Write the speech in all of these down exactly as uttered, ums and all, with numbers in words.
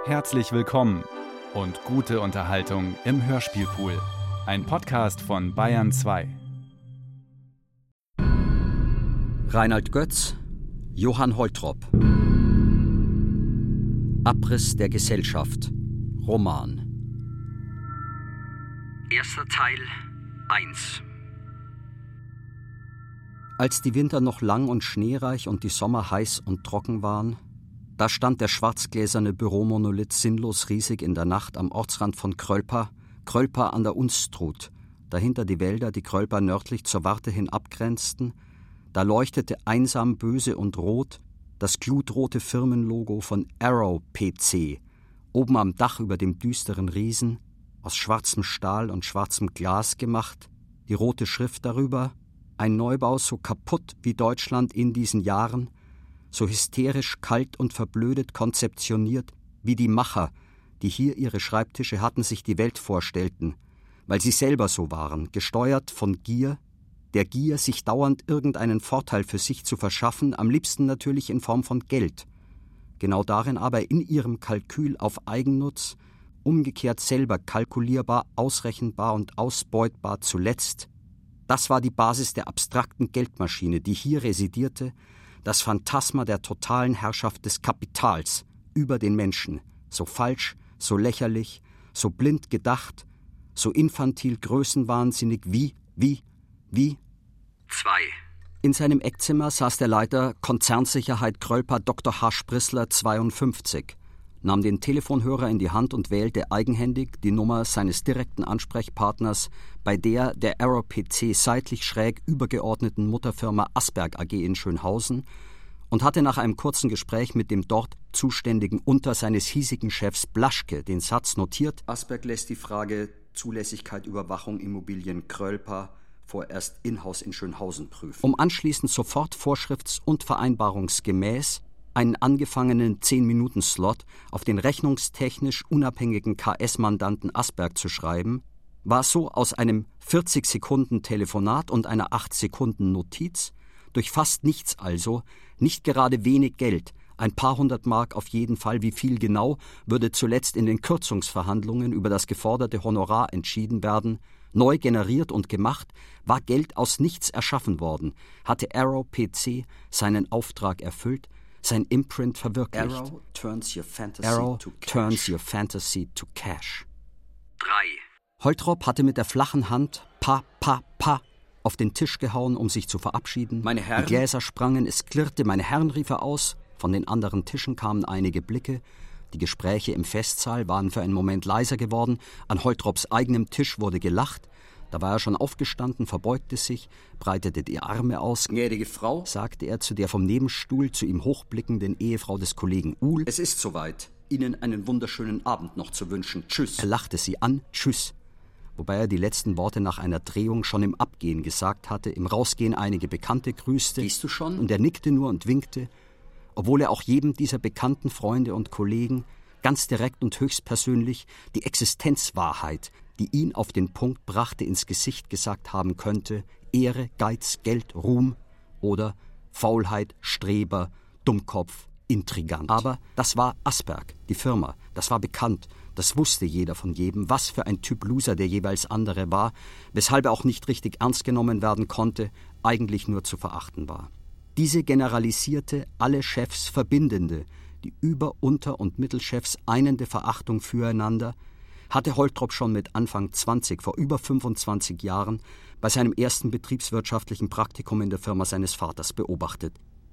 Herzlich willkommen und gute Unterhaltung im Hörspielpool. Ein Podcast von Bayern zwei. Reinhard Götz, Johann Holtrop. Abriss der Gesellschaft. Roman. Erster Teil eins. Als die Winter noch lang und schneereich und die Sommer heiß und trocken waren, da stand der schwarzgläserne Büromonolith sinnlos riesig in der Nacht am Ortsrand von Krölpa, Krölpa an der Unstrut, dahinter die Wälder, die Krölpa nördlich zur Warte hin abgrenzten. Da leuchtete einsam böse und rot das glutrote Firmenlogo von Arrow P C, oben am Dach über dem düsteren Riesen, aus schwarzem Stahl und schwarzem Glas gemacht, die rote Schrift darüber, ein Neubau so kaputt wie Deutschland in diesen Jahren, so hysterisch, kalt und verblödet konzeptioniert wie die Macher, die hier ihre Schreibtische hatten, sich die Welt vorstellten, weil sie selber so waren, gesteuert von Gier, der Gier, sich dauernd irgendeinen Vorteil für sich zu verschaffen, am liebsten natürlich in Form von Geld. Genau darin aber in ihrem Kalkül auf Eigennutz, umgekehrt selber kalkulierbar, ausrechenbar und ausbeutbar zuletzt. Das war die Basis der abstrakten Geldmaschine, die hier residierte, das Phantasma der totalen Herrschaft des Kapitals über den Menschen, so falsch, so lächerlich, so blind gedacht, so infantil größenwahnsinnig wie, wie, wie? Zwei. In seinem Eckzimmer saß der Leiter Konzernsicherheit Krölpa Doktor H. Sprissler zweiundfünfzig, nahm den Telefonhörer in die Hand und wählte eigenhändig die Nummer seines direkten Ansprechpartners bei der der Arrow P C seitlich schräg übergeordneten Mutterfirma Asberg A G in Schönhausen und hatte nach einem kurzen Gespräch mit dem dort zuständigen Unter seines hiesigen Chefs Blaschke den Satz notiert: Asberg lässt die Frage Zulässigkeit Überwachung Immobilien Krölpa vorerst in-house in Schönhausen prüfen, um anschließend sofort vorschrifts- und vereinbarungsgemäß einen angefangenen zehn-Minuten-Slot auf den rechnungstechnisch unabhängigen K S-Mandanten Asberg zu schreiben, war so aus einem vierzig-Sekunden-Telefonat und einer acht-Sekunden-Notiz, durch fast nichts also, nicht gerade wenig Geld, ein paar hundert Mark auf jeden Fall, wie viel genau, würde zuletzt in den Kürzungsverhandlungen über das geforderte Honorar entschieden werden, neu generiert und gemacht, war Geld aus nichts erschaffen worden, hatte Arrow P C seinen Auftrag erfüllt, sein Imprint verwirklicht. Arrow turns your fantasy, Arrow to, cash. Turns your fantasy to cash. Drei. Holtrop hatte mit der flachen Hand pa, pa, pa auf den Tisch gehauen, um sich zu verabschieden. Meine Herren. Die Gläser sprangen, es klirrte, meine Herren, rief er aus. Von den anderen Tischen kamen einige Blicke. Die Gespräche im Festsaal waren für einen Moment leiser geworden. An Holtrops eigenem Tisch wurde gelacht. Da war er schon aufgestanden, verbeugte sich, breitete die Arme aus. »Gnädige Frau«, sagte er zu der vom Nebenstuhl zu ihm hochblickenden Ehefrau des Kollegen Uhl. »Es ist soweit. Ihnen einen wunderschönen Abend noch zu wünschen. Tschüss.« Er lachte sie an. Tschüss. Wobei er die letzten Worte nach einer Drehung schon im Abgehen gesagt hatte, im Rausgehen einige Bekannte grüßte. »Gehst du schon?« Und er nickte nur und winkte, obwohl er auch jedem dieser bekannten Freunde und Kollegen ganz direkt und höchstpersönlich die Existenzwahrheit, die ihn auf den Punkt brachte, ins Gesicht gesagt haben könnte: Ehre, Geiz, Geld, Ruhm oder Faulheit, Streber, Dummkopf, Intrigant. Aber das war Asberg, die Firma, das war bekannt, das wusste jeder von jedem, was für ein Typ Loser der jeweils andere war, weshalb er auch nicht richtig ernst genommen werden konnte, eigentlich nur zu verachten war. Diese generalisierte, alle Chefs verbindende, die Über-, Unter- und Mittelchefs einende Verachtung füreinander hatte Holtrop schon mit Anfang zwanzig, vor über fünfundzwanzig Jahren, bei seinem ersten betriebswirtschaftlichen Praktikum in der Firma seines Vaters beobachtet.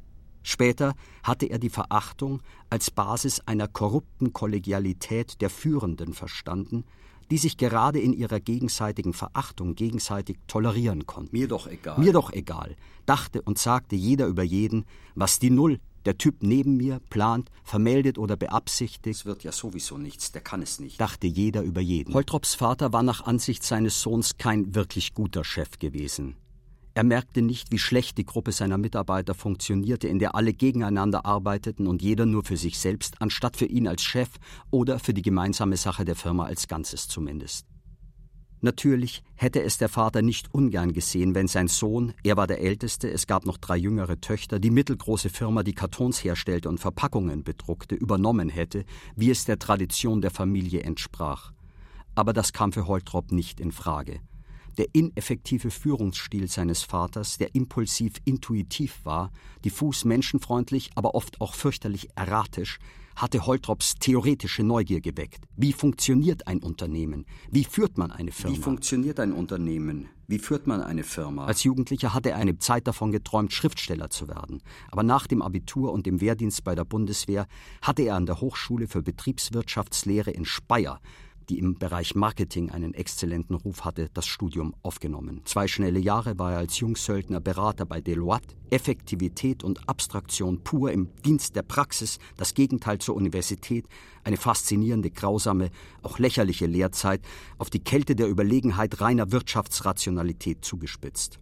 Später hatte er die Verachtung als Basis einer korrupten Kollegialität der Führenden verstanden, die sich gerade in ihrer gegenseitigen Verachtung gegenseitig tolerieren konnten. Mir doch egal. Mir doch egal, dachte und sagte jeder über jeden, was die Null, der Typ neben mir, plant, vermeldet oder beabsichtigt. Es wird ja sowieso nichts, der kann es nicht, dachte jeder über jeden. Holtrops Vater war nach Ansicht seines Sohns kein wirklich guter Chef gewesen. Er merkte nicht, wie schlecht die Gruppe seiner Mitarbeiter funktionierte, in der alle gegeneinander arbeiteten und jeder nur für sich selbst, anstatt für ihn als Chef oder für die gemeinsame Sache der Firma als Ganzes zumindest. Natürlich hätte es der Vater nicht ungern gesehen, wenn sein Sohn, er war der Älteste, es gab noch drei jüngere Töchter, die mittelgroße Firma, die Kartons herstellte und Verpackungen bedruckte, übernommen hätte, wie es der Tradition der Familie entsprach. Aber das kam für Holtrop nicht in Frage. Der ineffektive Führungsstil seines Vaters, der impulsiv intuitiv war, diffus menschenfreundlich, aber oft auch fürchterlich erratisch, hatte Holtrops theoretische Neugier geweckt. Wie funktioniert ein Unternehmen? Wie führt man eine Firma? Wie funktioniert ein Unternehmen? Wie führt man eine Firma? Als Jugendlicher hatte er eine Zeit davon geträumt, Schriftsteller zu werden. Aber nach dem Abitur und dem Wehrdienst bei der Bundeswehr hatte er an der Hochschule für Betriebswirtschaftslehre in Speyer, die im Bereich Marketing einen exzellenten Ruf hatte, das Studium aufgenommen. Zwei schnelle Jahre war er als Jungsöldner Berater bei Deloitte. Effektivität und Abstraktion pur im Dienst der Praxis, das Gegenteil zur Universität, eine faszinierende, grausame, auch lächerliche Lehrzeit, auf die Kälte der Überlegenheit reiner Wirtschaftsrationalität zugespitzt.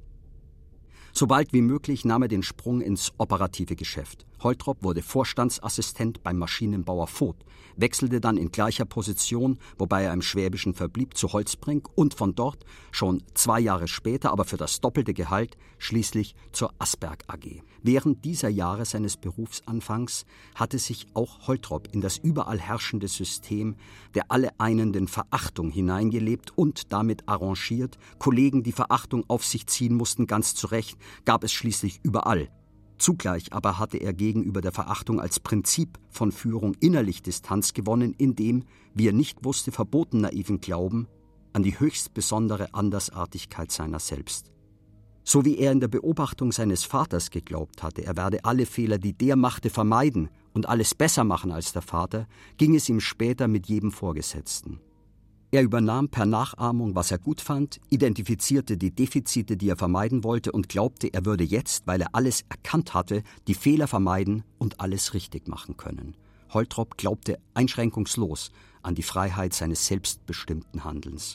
Sobald wie möglich nahm er den Sprung ins operative Geschäft. Holtrop wurde Vorstandsassistent beim Maschinenbauer Voth, wechselte dann in gleicher Position, wobei er im Schwäbischen verblieb, zu Holzbrink und von dort, schon zwei Jahre später, aber für das doppelte Gehalt, schließlich zur Asberg A G. Während dieser Jahre seines Berufsanfangs hatte sich auch Holtrop in das überall herrschende System der alle einenden Verachtung hineingelebt und damit arrangiert. Kollegen, die Verachtung auf sich ziehen mussten, ganz zu Recht, gab es schließlich überall. Zugleich aber hatte er gegenüber der Verachtung als Prinzip von Führung innerlich Distanz gewonnen, indem, wie er nicht wusste, verboten naiven Glauben an die höchst besondere Andersartigkeit seiner selbst. So wie er in der Beobachtung seines Vaters geglaubt hatte, er werde alle Fehler, die der machte, vermeiden und alles besser machen als der Vater, ging es ihm später mit jedem Vorgesetzten. Er übernahm per Nachahmung, was er gut fand, identifizierte die Defizite, die er vermeiden wollte und glaubte, er würde jetzt, weil er alles erkannt hatte, die Fehler vermeiden und alles richtig machen können. Holtrop glaubte einschränkungslos an die Freiheit seines selbstbestimmten Handelns.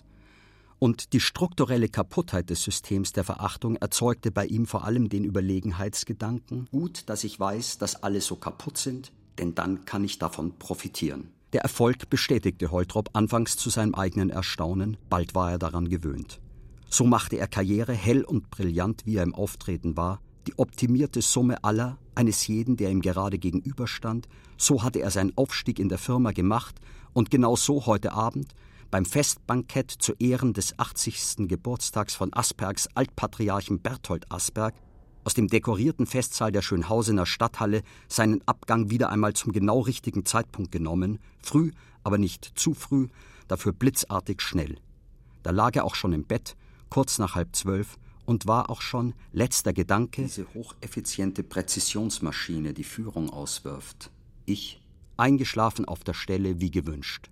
Und die strukturelle Kaputtheit des Systems der Verachtung erzeugte bei ihm vor allem den Überlegenheitsgedanken: Gut, dass ich weiß, dass alle so kaputt sind, denn dann kann ich davon profitieren. Der Erfolg bestätigte Holtrop anfangs zu seinem eigenen Erstaunen, bald war er daran gewöhnt. So machte er Karriere, hell und brillant, wie er im Auftreten war, die optimierte Summe aller, eines jeden, der ihm gerade gegenüberstand. So hatte er seinen Aufstieg in der Firma gemacht und genau so heute Abend, beim Festbankett zu Ehren des achtzigsten Geburtstags von Asbergs Altpatriarchen Berthold Asberg, aus dem dekorierten Festsaal der Schönhausener Stadthalle seinen Abgang wieder einmal zum genau richtigen Zeitpunkt genommen, früh, aber nicht zu früh, dafür blitzartig schnell. Da lag er auch schon im Bett, kurz nach halb zwölf, und war auch schon, letzter Gedanke, diese hocheffiziente Präzisionsmaschine, die Führung auswirft. Ich, eingeschlafen auf der Stelle wie gewünscht.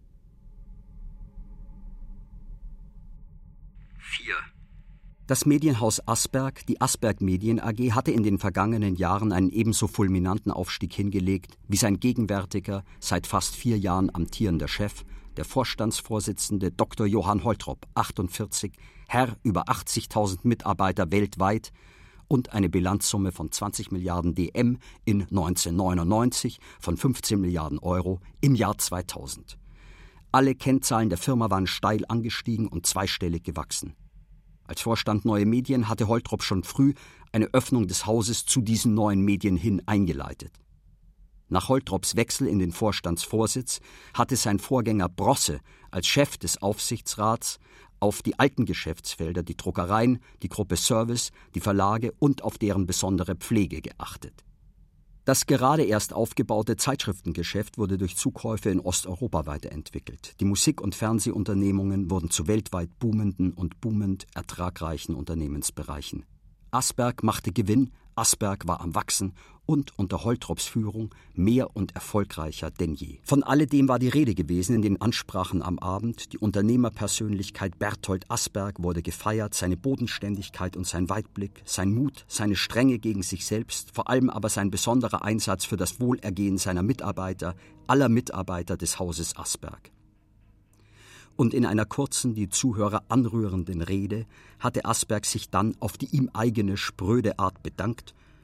vier. Das Medienhaus Asberg, die Asberg Medien A G, hatte in den vergangenen Jahren einen ebenso fulminanten Aufstieg hingelegt wie sein gegenwärtiger, seit fast vier Jahren amtierender Chef, der Vorstandsvorsitzende Doktor Johann Holtrop, achtundvierzig, Herr über achtzigtausend Mitarbeiter weltweit und eine Bilanzsumme von zwanzig Milliarden D M in neunzehnhundertneunundneunzig, von fünfzehn Milliarden Euro im Jahr zweitausend. Alle Kennzahlen der Firma waren steil angestiegen und zweistellig gewachsen. Als Vorstand Neue Medien hatte Holtrop schon früh eine Öffnung des Hauses zu diesen neuen Medien hin eingeleitet. Nach Holtrops Wechsel in den Vorstandsvorsitz hatte sein Vorgänger Brosse als Chef des Aufsichtsrats auf die alten Geschäftsfelder, die Druckereien, die Gruppe Service, die Verlage und auf deren besondere Pflege geachtet. Das gerade erst aufgebaute Zeitschriftengeschäft wurde durch Zukäufe in Osteuropa weiterentwickelt. Die Musik- und Fernsehunternehmungen wurden zu weltweit boomenden und boomend ertragreichen Unternehmensbereichen. Asberg machte Gewinn, Asberg war am Wachsen und unter Holtrops Führung mehr und erfolgreicher denn je. Von alledem war die Rede gewesen in den Ansprachen am Abend. Die Unternehmerpersönlichkeit Berthold Asberg wurde gefeiert, seine Bodenständigkeit und sein Weitblick, sein Mut, seine Strenge gegen sich selbst, vor allem aber sein besonderer Einsatz für das Wohlergehen seiner Mitarbeiter, aller Mitarbeiter des Hauses Asberg. Und in einer kurzen, die Zuhörer anrührenden Rede hatte Asberg sich dann auf die ihm eigene spröde Art bedankt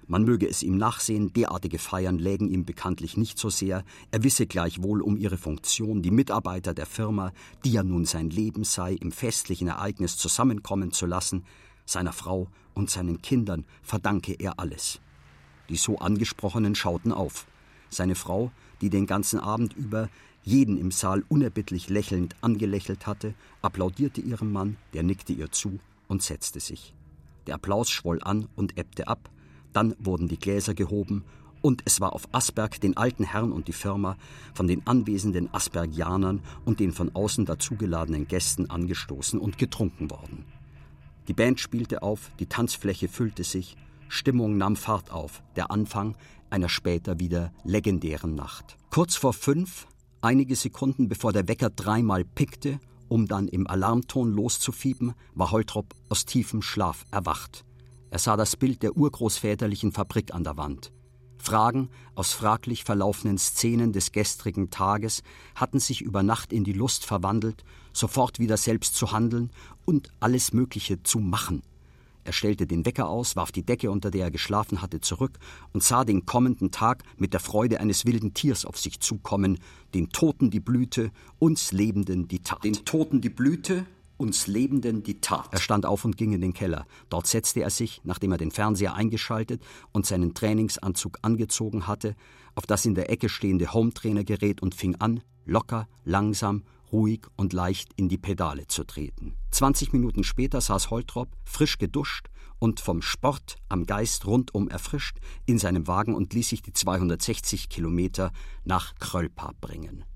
Man möge es ihm nachsehen, derartige Feiern lägen ihm bekanntlich nicht so sehr. Er wisse gleichwohl um ihre Funktion, die Mitarbeiter der Firma, die ja nun sein Leben sei, im festlichen Ereignis zusammenkommen zu lassen. Seiner Frau und seinen Kindern verdanke er alles. Die so Angesprochenen schauten auf. Seine Frau, die den ganzen Abend über jeden im Saal unerbittlich lächelnd angelächelt hatte, applaudierte ihrem Mann, der nickte ihr zu und setzte sich. Der Applaus schwoll an und ebbte ab. Dann wurden die Gläser gehoben und es war auf Asperg, den alten Herrn und die Firma, von den anwesenden Aspergianern und den von außen dazugeladenen Gästen angestoßen und getrunken worden. Die Band spielte auf, die Tanzfläche füllte sich, Stimmung nahm Fahrt auf, der Anfang einer später wieder legendären Nacht. Kurz vor fünf, einige Sekunden bevor der Wecker dreimal pickte, um dann im Alarmton loszufiepen, war Holtrop aus tiefem Schlaf erwacht. Er sah das Bild der urgroßväterlichen Fabrik an der Wand. Fragen aus fraglich verlaufenden Szenen des gestrigen Tages hatten sich über Nacht in die Lust verwandelt, sofort wieder selbst zu handeln und alles Mögliche zu machen. Er stellte den Wecker aus, warf die Decke, unter der er geschlafen hatte, zurück und sah den kommenden Tag mit der Freude eines wilden Tiers auf sich zukommen, den Toten die Blüte, uns Lebenden die Tat. Den Toten die Blüte, uns Lebenden die Tat. Er stand auf und ging in den Keller. Dort setzte er sich, nachdem er den Fernseher eingeschaltet und seinen Trainingsanzug angezogen hatte, auf das in der Ecke stehende Hometrainergerät und fing an, locker, langsam, ruhig und leicht in die Pedale zu treten. Zwanzig Minuten später saß Holtrop, frisch geduscht und vom Sport am Geist rundum erfrischt, in seinem Wagen und ließ sich die zweihundertsechzig Kilometer nach Krölpa bringen.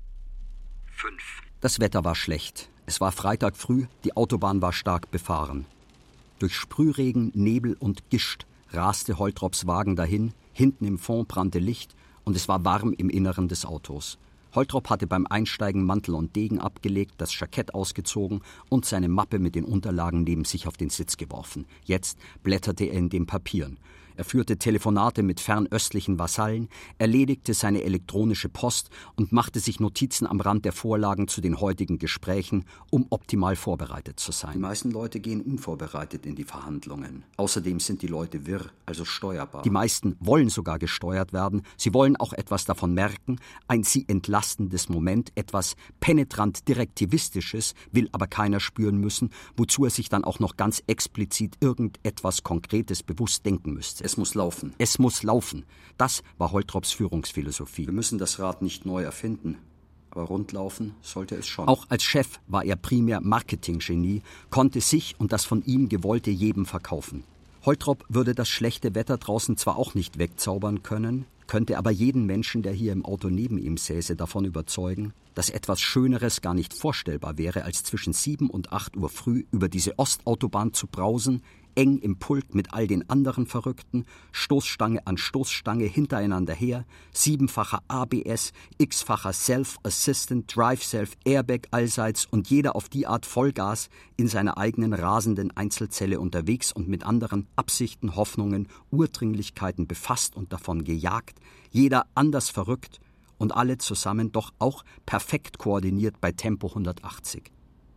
Fünf. Das Wetter war schlecht. Es war Freitag früh, die Autobahn war stark befahren. Durch Sprühregen, Nebel und Gischt raste Holtrops Wagen dahin, hinten im Fond brannte Licht und es war warm im Inneren des Autos. Holtrop hatte beim Einsteigen Mantel und Degen abgelegt, das Jackett ausgezogen und seine Mappe mit den Unterlagen neben sich auf den Sitz geworfen. Jetzt blätterte er in den Papieren. Er führte Telefonate mit fernöstlichen Vasallen, erledigte seine elektronische Post und machte sich Notizen am Rand der Vorlagen zu den heutigen Gesprächen, um optimal vorbereitet zu sein. Die meisten Leute gehen unvorbereitet in die Verhandlungen. Außerdem sind die Leute wirr, also steuerbar. Die meisten wollen sogar gesteuert werden. Sie wollen auch etwas davon merken, ein sie entlastendes Moment, etwas penetrant Direktivistisches, will aber keiner spüren müssen, wozu er sich dann auch noch ganz explizit irgendetwas Konkretes bewusst denken müsste. Es muss laufen. Es muss laufen. Das war Holtrops Führungsphilosophie. Wir müssen das Rad nicht neu erfinden, aber rundlaufen sollte es schon. Auch als Chef war er primär Marketinggenie, konnte sich und das von ihm Gewollte jedem verkaufen. Holtrop würde das schlechte Wetter draußen zwar auch nicht wegzaubern können, könnte aber jeden Menschen, der hier im Auto neben ihm säße, davon überzeugen, dass etwas Schöneres gar nicht vorstellbar wäre, als zwischen sieben und acht Uhr früh über diese Ostautobahn zu brausen, eng im Pulk mit all den anderen Verrückten, Stoßstange an Stoßstange hintereinander her, siebenfacher A B S, x-facher Self-Assistant, Drive-Self, Airbag allseits und jeder auf die Art Vollgas in seiner eigenen rasenden Einzelzelle unterwegs und mit anderen Absichten, Hoffnungen, Urdringlichkeiten befasst und davon gejagt, jeder anders verrückt und alle zusammen doch auch perfekt koordiniert bei Tempo hundertachtzig.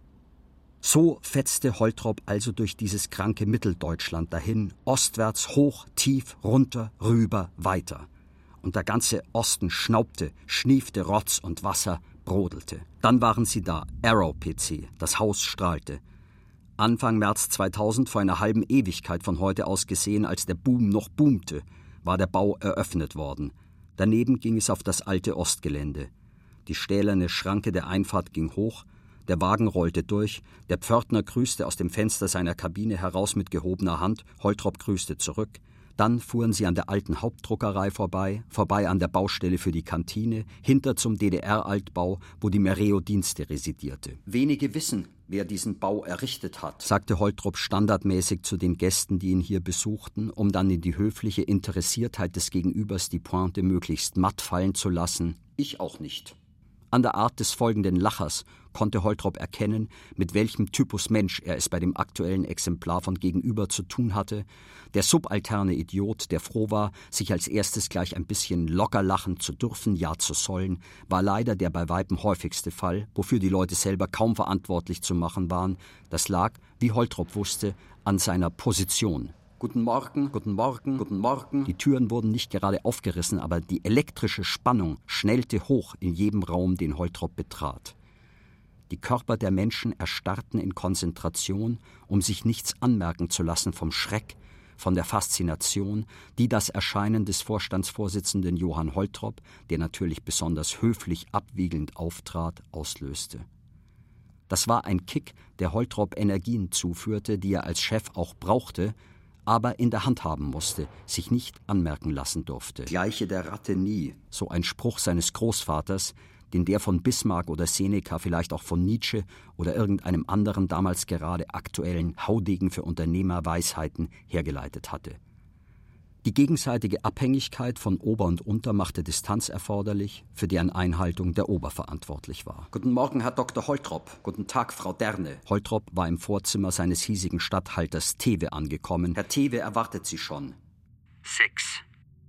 So fetzte Holtrop also durch dieses kranke Mitteldeutschland dahin, ostwärts, hoch, tief, runter, rüber, weiter. Und der ganze Osten schnaubte, schniefte Rotz und Wasser, brodelte. Dann waren sie da, Arrow P C, das Haus strahlte. Anfang März zweitausend, vor einer halben Ewigkeit von heute aus gesehen, als der Boom noch boomte, war der Bau eröffnet worden. Daneben ging es auf das alte Ostgelände. Die stählerne Schranke der Einfahrt ging hoch, der Wagen rollte durch, der Pförtner grüßte aus dem Fenster seiner Kabine heraus mit gehobener Hand, Holtrop grüßte zurück. Dann fuhren sie an der alten Hauptdruckerei vorbei, vorbei an der Baustelle für die Kantine, hinter zum D D R-Altbau, wo die Mereo-Dienste residierte. Wenige wissen, wer diesen Bau errichtet hat, sagte Holtrop standardmäßig zu den Gästen, die ihn hier besuchten, um dann in die höfliche Interessiertheit des Gegenübers die Pointe möglichst matt fallen zu lassen. Ich auch nicht. An der Art des folgenden Lachers konnte Holtrop erkennen, mit welchem Typus Mensch er es bei dem aktuellen Exemplar von gegenüber zu tun hatte. Der subalterne Idiot, der froh war, sich als erstes gleich ein bisschen locker lachen zu dürfen, ja zu sollen, war leider der bei weitem häufigste Fall, wofür die Leute selber kaum verantwortlich zu machen waren. Das lag, wie Holtrop wusste, an seiner Position. Guten Morgen, guten Morgen, guten Morgen. Die Türen wurden nicht gerade aufgerissen, aber die elektrische Spannung schnellte hoch in jedem Raum, den Holtrop betrat. Die Körper der Menschen erstarrten in Konzentration, um sich nichts anmerken zu lassen vom Schreck, von der Faszination, die das Erscheinen des Vorstandsvorsitzenden Johann Holtrop, der natürlich besonders höflich abwiegelnd auftrat, auslöste. Das war ein Kick, der Holtrop Energien zuführte, die er als Chef auch brauchte, aber in der Hand haben musste, sich nicht anmerken lassen durfte. Gleiche der Ratte nie. So ein Spruch seines Großvaters, den der von Bismarck oder Seneca, vielleicht auch von Nietzsche oder irgendeinem anderen damals gerade aktuellen Haudegen für Unternehmerweisheiten hergeleitet hatte. Die gegenseitige Abhängigkeit von Ober und Unter machte Distanz erforderlich, für deren Einhaltung der Ober verantwortlich war. Guten Morgen, Herr Doktor Holtrop. Guten Tag, Frau Derne. Holtrop war im Vorzimmer seines hiesigen Statthalters Thewe angekommen. Herr Thewe erwartet Sie schon. Sechs.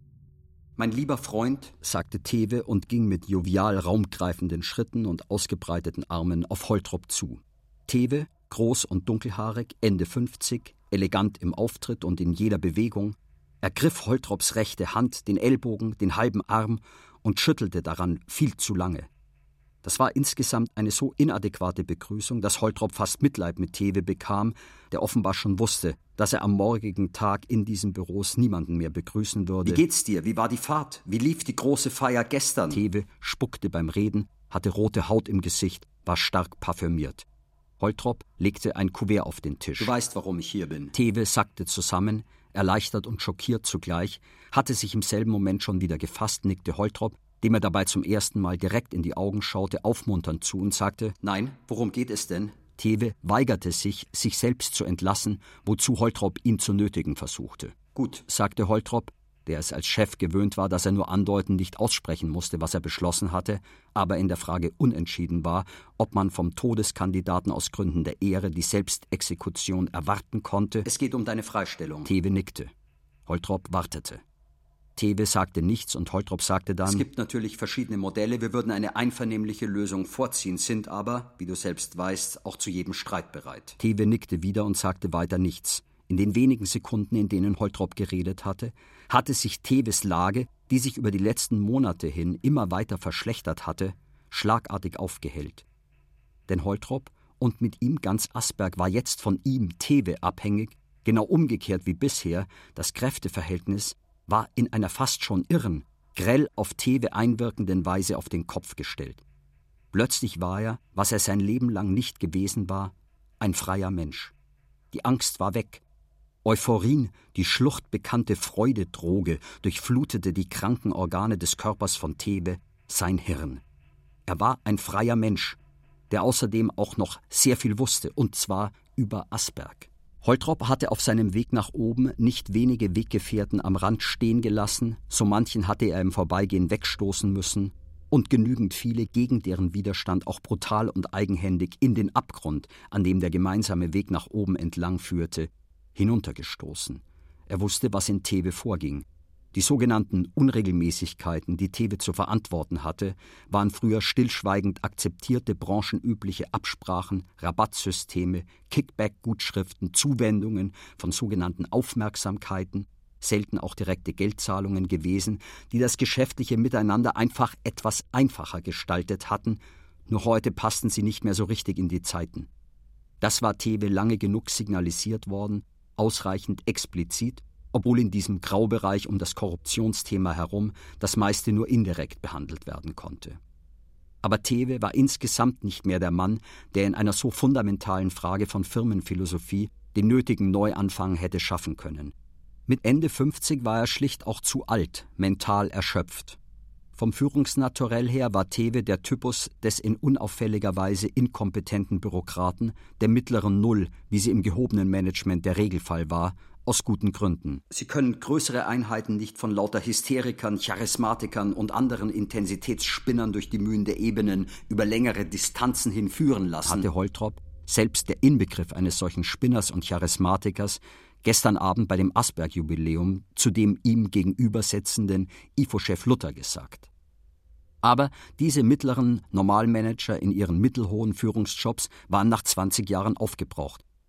Mein lieber Freund, sagte Thewe und ging mit jovial raumgreifenden Schritten und ausgebreiteten Armen auf Holtrop zu. Thewe, groß und dunkelhaarig, Ende fünfzig, elegant im Auftritt und in jeder Bewegung, ergriff Holtrops rechte Hand, den Ellbogen, den halben Arm und schüttelte daran viel zu lange. Das war insgesamt eine so inadäquate Begrüßung, dass Holtrop fast Mitleid mit Thewe bekam, der offenbar schon wusste, dass er am morgigen Tag in diesen Büros niemanden mehr begrüßen würde. Wie geht's dir? Wie war die Fahrt? Wie lief die große Feier gestern? Thewe spuckte beim Reden, hatte rote Haut im Gesicht, war stark parfümiert. Holtrop legte ein Kuvert auf den Tisch. Du weißt, warum ich hier bin. Thewe sackte zusammen, erleichtert und schockiert zugleich, hatte sich im selben Moment schon wieder gefasst, nickte Holtrop, dem er dabei zum ersten Mal direkt in die Augen schaute, aufmunternd zu und sagte: Nein, worum geht es denn? Thewe weigerte sich, sich selbst zu entlassen, wozu Holtrop ihn zu nötigen versuchte. Gut, sagte Holtrop, der es als Chef gewöhnt war, dass er nur andeuten, nicht aussprechen musste, was er beschlossen hatte, aber in der Frage unentschieden war, ob man vom Todeskandidaten aus Gründen der Ehre die Selbstexekution erwarten konnte. Es geht um deine Freistellung. Thewe nickte. Holtrop wartete. Thewe sagte nichts und Holtrop sagte dann: Es gibt natürlich verschiedene Modelle, wir würden eine einvernehmliche Lösung vorziehen, sind aber, wie du selbst weißt, auch zu jedem Streit bereit. Thewe nickte wieder und sagte weiter nichts. In den wenigen Sekunden, in denen Holtrop geredet hatte, hatte sich Thewes Lage, die sich über die letzten Monate hin immer weiter verschlechtert hatte, schlagartig aufgehellt. Denn Holtrop und mit ihm ganz Asperg war jetzt von ihm, Thewe, abhängig, genau umgekehrt wie bisher. Das Kräfteverhältnis war in einer fast schon irren, grell auf Thewe einwirkenden Weise auf den Kopf gestellt. Plötzlich war er, was er sein Leben lang nicht gewesen war, ein freier Mensch. Die Angst war weg. Euphorin, die schluchtbekannte Freudedroge, durchflutete die kranken Organe des Körpers von Thewe, sein Hirn. Er war ein freier Mensch, der außerdem auch noch sehr viel wusste, und zwar über Asperg. Holtrop hatte auf seinem Weg nach oben nicht wenige Weggefährten am Rand stehen gelassen, so manchen hatte er im Vorbeigehen wegstoßen müssen, und genügend viele, gegen deren Widerstand auch brutal und eigenhändig in den Abgrund, an dem der gemeinsame Weg nach oben entlang führte, hinuntergestoßen. Er wusste, was in Thewe vorging. Die sogenannten Unregelmäßigkeiten, die Thewe zu verantworten hatte, waren früher stillschweigend akzeptierte branchenübliche Absprachen, Rabattsysteme, Kickback-Gutschriften, Zuwendungen von sogenannten Aufmerksamkeiten, selten auch direkte Geldzahlungen gewesen, die das geschäftliche Miteinander einfach etwas einfacher gestaltet hatten, nur heute passten sie nicht mehr so richtig in die Zeiten. Das war Thewe lange genug signalisiert worden, ausreichend explizit, obwohl in diesem Graubereich um das Korruptionsthema herum das meiste nur indirekt behandelt werden konnte. Aber Thewe war insgesamt nicht mehr der Mann, der in einer so fundamentalen Frage von Firmenphilosophie den nötigen Neuanfang hätte schaffen können. Mit Ende fünfzig war er schlicht auch zu alt, mental erschöpft. Vom Führungsnaturell her war Thewe der Typus des in unauffälliger Weise inkompetenten Bürokraten, der mittleren Null, wie sie im gehobenen Management der Regelfall war, aus guten Gründen. Sie können größere Einheiten nicht von lauter Hysterikern, Charismatikern und anderen Intensitätsspinnern durch die Mühen der Ebenen über längere Distanzen hinführen lassen, hatte Holtrop, selbst der Inbegriff eines solchen Spinners und Charismatikers, gestern Abend bei dem Asperg-Jubiläum zu dem ihm gegenübersetzenden I F O-Chef Luther gesagt. Aber diese mittleren Normalmanager in ihren mittelhohen Führungsjobs waren nach zwanzig Jahren aufgebraucht.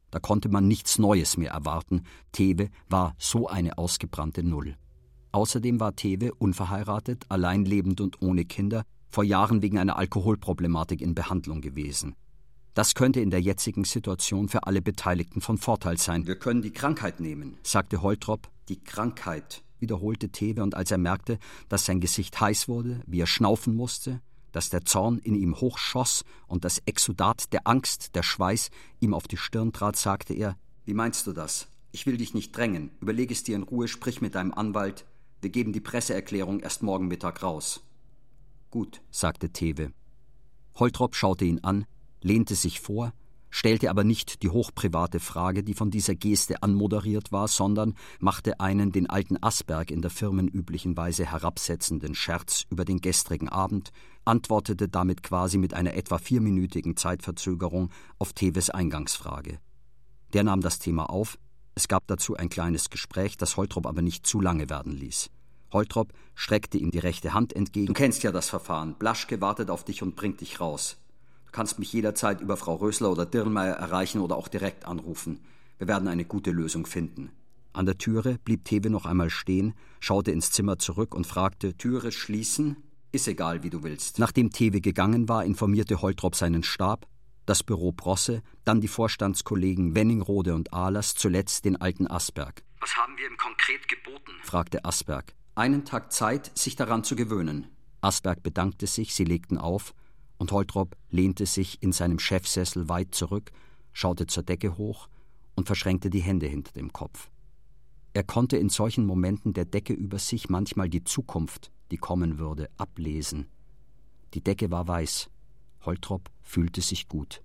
Da konnte man nichts Neues mehr erwarten. Tewe war so eine ausgebrannte Null. Außerdem war Tewe unverheiratet, allein lebend und ohne Kinder, vor Jahren wegen einer Alkoholproblematik in Behandlung gewesen. Das könnte in der jetzigen Situation für alle Beteiligten von Vorteil sein. Wir können die Krankheit nehmen, sagte Holtrop. Die Krankheit, wiederholte Tewe, und als er merkte, dass sein Gesicht heiß wurde, wie er schnaufen musste, dass der Zorn in ihm hochschoss und das Exudat der Angst, der Schweiß ihm auf die Stirn trat, sagte er: Wie meinst du das? Ich will dich nicht drängen. Überleg es dir in Ruhe, sprich mit deinem Anwalt. Wir geben die Presseerklärung erst morgen Mittag raus. Gut, sagte Tewe. Holtrop schaute ihn an, lehnte sich vor, stellte aber nicht die hochprivate Frage, die von dieser Geste anmoderiert war, sondern machte einen den alten Asberg in der firmenüblichen Weise herabsetzenden Scherz über den gestrigen Abend, antwortete damit quasi mit einer etwa vierminütigen Zeitverzögerung auf Tewes Eingangsfrage. Der nahm das Thema auf, es gab dazu ein kleines Gespräch, das Holtrop aber nicht zu lange werden ließ. Holtrop streckte ihm die rechte Hand entgegen. Du kennst ja das Verfahren. Blaschke wartet auf dich und bringt dich raus. Du kannst mich jederzeit über Frau Rösler oder Dirnmeier erreichen oder auch direkt anrufen. Wir werden eine gute Lösung finden. An der Türe blieb Tewe noch einmal stehen, schaute ins Zimmer zurück und fragte: Türe schließen? Ist egal, wie du willst. Nachdem Tewe gegangen war, informierte Holtrop seinen Stab, das Büro Brosse, dann die Vorstandskollegen Wenningrode und Ahlers, zuletzt den alten Asberg. Was haben wir ihm konkret geboten? Fragte Asberg. Einen Tag Zeit, sich daran zu gewöhnen. Asberg bedankte sich, sie legten auf, und Holtrop lehnte sich in seinem Chefsessel weit zurück, schaute zur Decke hoch und verschränkte die Hände hinter dem Kopf. Er konnte in solchen Momenten der Decke über sich manchmal die Zukunft, die kommen würde, ablesen. Die Decke war weiß. Holtrop fühlte sich gut.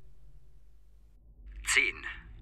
Zehn.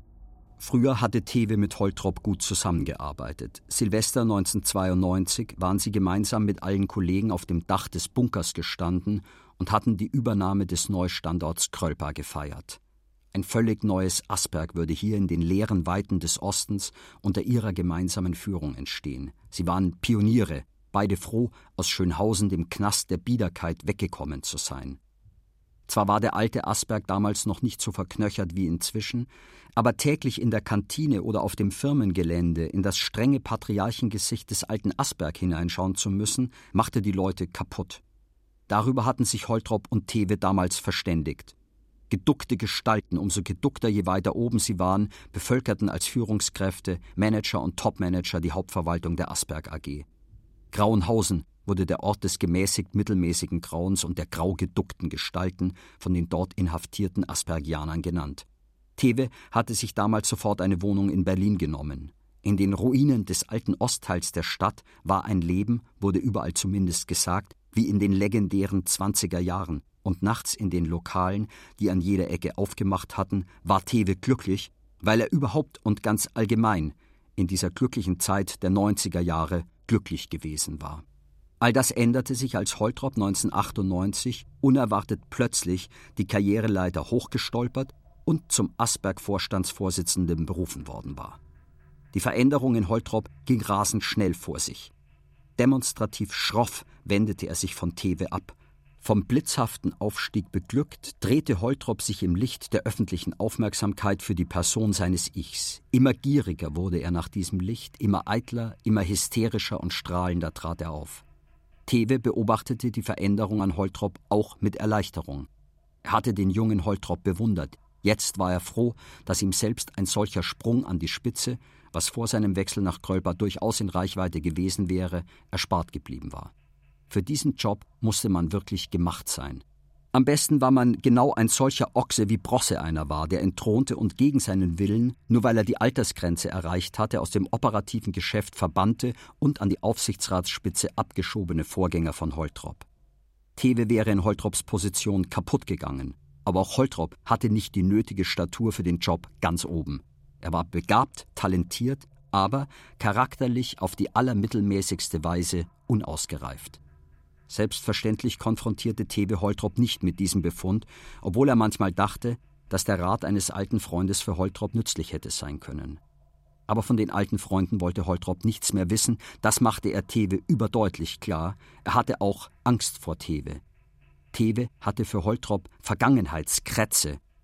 Früher hatte Tewe mit Holtrop gut zusammengearbeitet. Silvester neunzehnhundertzweiundneunzig waren sie gemeinsam mit allen Kollegen auf dem Dach des Bunkers gestanden und hatten die Übernahme des Neustandorts Krölpa gefeiert. Ein völlig neues Asberg würde hier in den leeren Weiten des Ostens unter ihrer gemeinsamen Führung entstehen. Sie waren Pioniere, beide froh, aus Schönhausen, dem Knast der Biederkeit, weggekommen zu sein. Zwar war der alte Asberg damals noch nicht so verknöchert wie inzwischen, aber täglich in der Kantine oder auf dem Firmengelände in das strenge Patriarchengesicht des alten Asberg hineinschauen zu müssen, machte die Leute kaputt. Darüber hatten sich Holtrop und Tewe damals verständigt. Geduckte Gestalten, umso geduckter je weiter oben sie waren, bevölkerten als Führungskräfte, Manager und Topmanager die Hauptverwaltung der Asberg A G. Grauenhausen wurde der Ort des gemäßigt-mittelmäßigen Grauens und der grau geduckten Gestalten von den dort inhaftierten Aspergianern genannt. Tewe hatte sich damals sofort eine Wohnung in Berlin genommen. In den Ruinen des alten Ostteils der Stadt war ein Leben, wurde überall zumindest gesagt, wie in den legendären zwanziger Jahren. Und nachts in den Lokalen, die an jeder Ecke aufgemacht hatten, war Tewe glücklich, weil er überhaupt und ganz allgemein in dieser glücklichen Zeit der neunziger Jahre glücklich gewesen war. All das änderte sich, als Holtrop neunzehnhundertachtundneunzig unerwartet plötzlich die Karriereleiter hochgestolpert und zum Asberg-Vorstandsvorsitzenden berufen worden war. Die Veränderung in Holtrop ging rasend schnell vor sich. Demonstrativ schroff wendete er sich von Tewe ab. Vom blitzhaften Aufstieg beglückt, drehte Holtrop sich im Licht der öffentlichen Aufmerksamkeit für die Person seines Ichs. Immer gieriger wurde er nach diesem Licht, immer eitler, immer hysterischer und strahlender trat er auf. Tewe beobachtete die Veränderung an Holtrop auch mit Erleichterung. Er hatte den jungen Holtrop bewundert. Jetzt war er froh, dass ihm selbst ein solcher Sprung an die Spitze, was vor seinem Wechsel nach Krölpa durchaus in Reichweite gewesen wäre, erspart geblieben war. Für diesen Job musste man wirklich gemacht sein. Am besten war man genau ein solcher Ochse, wie Brosse einer war, der entthronte und gegen seinen Willen, nur weil er die Altersgrenze erreicht hatte, aus dem operativen Geschäft verbannte und an die Aufsichtsratsspitze abgeschobene Vorgänger von Holtrop. Tewe wäre in Holtrops Position kaputt gegangen, aber auch Holtrop hatte nicht die nötige Statur für den Job ganz oben. Er war begabt, talentiert, aber charakterlich auf die allermittelmäßigste Weise unausgereift. Selbstverständlich konfrontierte Tewe Holtrop nicht mit diesem Befund, obwohl er manchmal dachte, dass der Rat eines alten Freundes für Holtrop nützlich hätte sein können. Aber von den alten Freunden wollte Holtrop nichts mehr wissen, das machte er Tewe überdeutlich klar. Er hatte auch Angst vor Tewe. Tewe hatte für Holtrop Vergangenheitskrätze,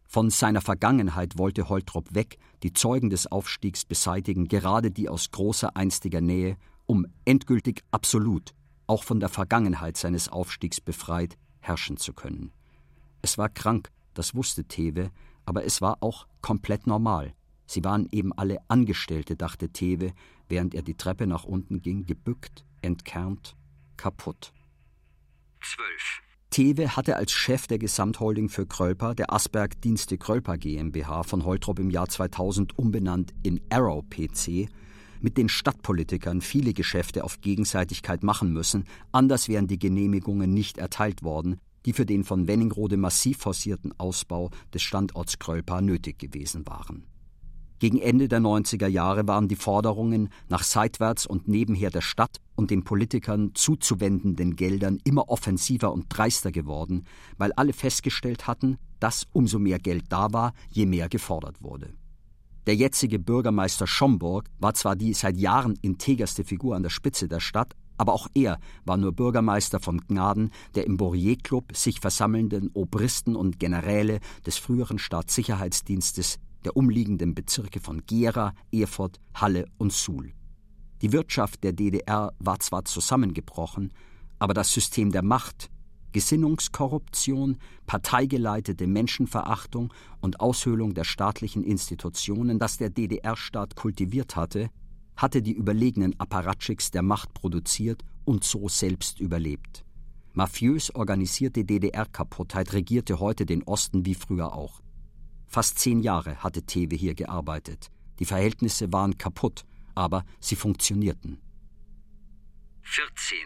Von seiner Vergangenheit wollte Holtrop weg, die Zeugen des Aufstiegs beseitigen, gerade die aus großer einstiger Nähe, um endgültig absolut, auch von der Vergangenheit seines Aufstiegs befreit, herrschen zu können. Es war krank, das wusste Tewe, aber es war auch komplett normal. Sie waren eben alle Angestellte, dachte Tewe, während er die Treppe nach unten ging, gebückt, entkernt, kaputt. zwölf. Tewe hatte als Chef der Gesamtholding für Krölper, der Asberg Dienste Krölper GmbH, von Holtrop im Jahr zweitausend umbenannt in Arrow P C, mit den Stadtpolitikern viele Geschäfte auf Gegenseitigkeit machen müssen, anders wären die Genehmigungen nicht erteilt worden, die für den von Wenningrode massiv forcierten Ausbau des Standorts Krölper nötig gewesen waren. Gegen Ende der neunziger Jahre waren die Forderungen nach seitwärts und nebenher der Stadt und den Politikern zuzuwendenden Geldern immer offensiver und dreister geworden, weil alle festgestellt hatten, dass umso mehr Geld da war, je mehr gefordert wurde. Der jetzige Bürgermeister Schomburg war zwar die seit Jahren integerste Figur an der Spitze der Stadt, aber auch er war nur Bürgermeister von Gnaden, der im Bourrier-Club sich versammelnden Obristen und Generäle des früheren Staatssicherheitsdienstes der umliegenden Bezirke von Gera, Erfurt, Halle und Suhl. Die Wirtschaft der D D R war zwar zusammengebrochen, aber das System der Macht, Gesinnungskorruption, parteigeleitete Menschenverachtung und Aushöhlung der staatlichen Institutionen, das der D D R-Staat kultiviert hatte, hatte die überlegenen Apparatschicks der Macht produziert und so selbst überlebt. Mafiös organisierte D D R-Kaputtheit regierte heute den Osten wie früher auch. Fast zehn Jahre hatte Tewe hier gearbeitet. Die Verhältnisse waren kaputt, aber sie funktionierten. vierzehn.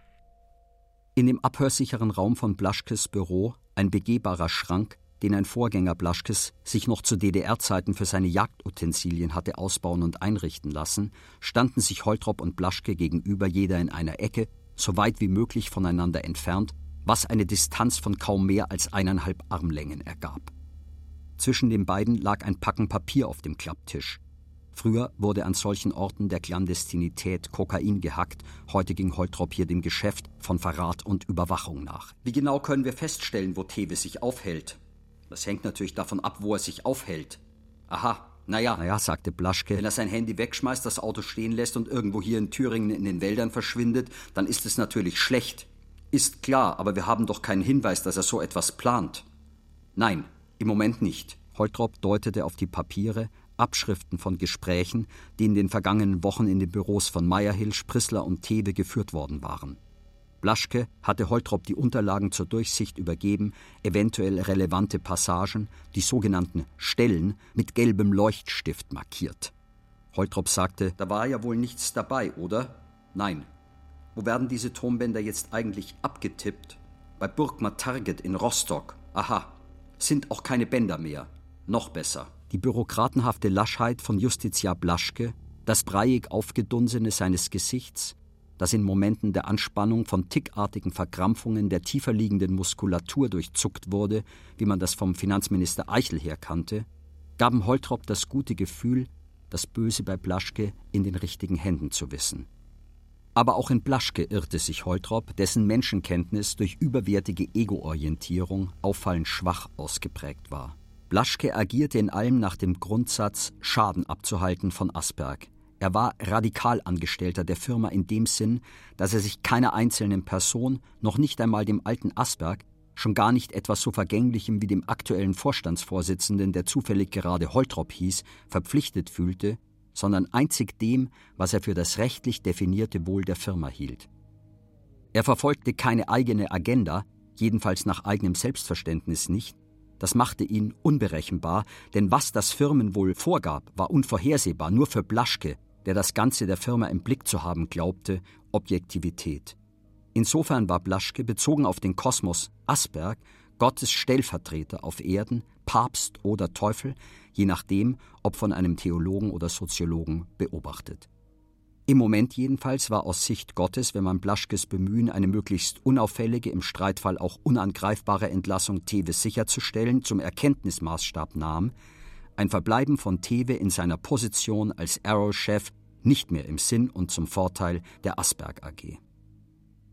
In dem abhörsicheren Raum von Blaschkes Büro, ein begehbarer Schrank, den ein Vorgänger Blaschkes sich noch zu D D R-Zeiten für seine Jagdutensilien hatte ausbauen und einrichten lassen, standen sich Holtrop und Blaschke gegenüber, jeder in einer Ecke, so weit wie möglich voneinander entfernt, was eine Distanz von kaum mehr als eineinhalb Armlängen ergab. Zwischen den beiden lag ein Packen Papier auf dem Klapptisch. Früher wurde an solchen Orten der Clandestinität Kokain gehackt, heute ging Holtrop hier dem Geschäft von Verrat und Überwachung nach. Wie genau können wir feststellen, wo Tewe sich aufhält? Das hängt natürlich davon ab, wo er sich aufhält. Aha, naja. Naja, sagte Blaschke. Wenn er sein Handy wegschmeißt, das Auto stehen lässt und irgendwo hier in Thüringen in den Wäldern verschwindet, dann ist es natürlich schlecht. Ist klar, aber wir haben doch keinen Hinweis, dass er so etwas plant. Nein, im Moment nicht. Holtrop deutete auf die Papiere, Abschriften von Gesprächen, die in den vergangenen Wochen in den Büros von Meyerhill, Sprissler und Tewe geführt worden waren. Blaschke hatte Holtrop die Unterlagen zur Durchsicht übergeben, eventuell relevante Passagen, die sogenannten Stellen, mit gelbem Leuchtstift markiert. Holtrop sagte, da war ja wohl nichts dabei, oder? Nein. Wo werden diese Tonbänder jetzt eigentlich abgetippt? Bei Burgma Target in Rostock. Aha. Sind auch keine Bänder mehr. Noch besser. Die bürokratenhafte Laschheit von Justiziar Blaschke, das breiig aufgedunsene seines Gesichts, das in Momenten der Anspannung von tickartigen Verkrampfungen der tiefer liegenden Muskulatur durchzuckt wurde, wie man das vom Finanzminister Eichel her kannte, gaben Holtrop das gute Gefühl, das Böse bei Blaschke in den richtigen Händen zu wissen. Aber auch in Blaschke irrte sich Holtrop, dessen Menschenkenntnis durch überwertige Ego-Orientierung auffallend schwach ausgeprägt war. Blaschke agierte in allem nach dem Grundsatz, Schaden abzuhalten von Asberg. Er war Radikalangestellter der Firma in dem Sinn, dass er sich keiner einzelnen Person, noch nicht einmal dem alten Asberg, schon gar nicht etwas so Vergänglichem wie dem aktuellen Vorstandsvorsitzenden, der zufällig gerade Holtrop hieß, verpflichtet fühlte, sondern einzig dem, was er für das rechtlich definierte Wohl der Firma hielt. Er verfolgte keine eigene Agenda, jedenfalls nach eigenem Selbstverständnis nicht. Das machte ihn unberechenbar, denn was das Firmenwohl vorgab, war unvorhersehbar, nur für Blaschke, der das Ganze der Firma im Blick zu haben glaubte, Objektivität. Insofern war Blaschke, bezogen auf den Kosmos Asberg, Gottes Stellvertreter auf Erden, Papst oder Teufel, je nachdem, ob von einem Theologen oder Soziologen beobachtet. Im Moment jedenfalls war aus Sicht Gottes, wenn man Blaschkes Bemühen, eine möglichst unauffällige, im Streitfall auch unangreifbare Entlassung Tewes sicherzustellen, zum Erkenntnismaßstab nahm, ein Verbleiben von Tewe in seiner Position als Arrow-Chef nicht mehr im Sinn und zum Vorteil der Asberg A G.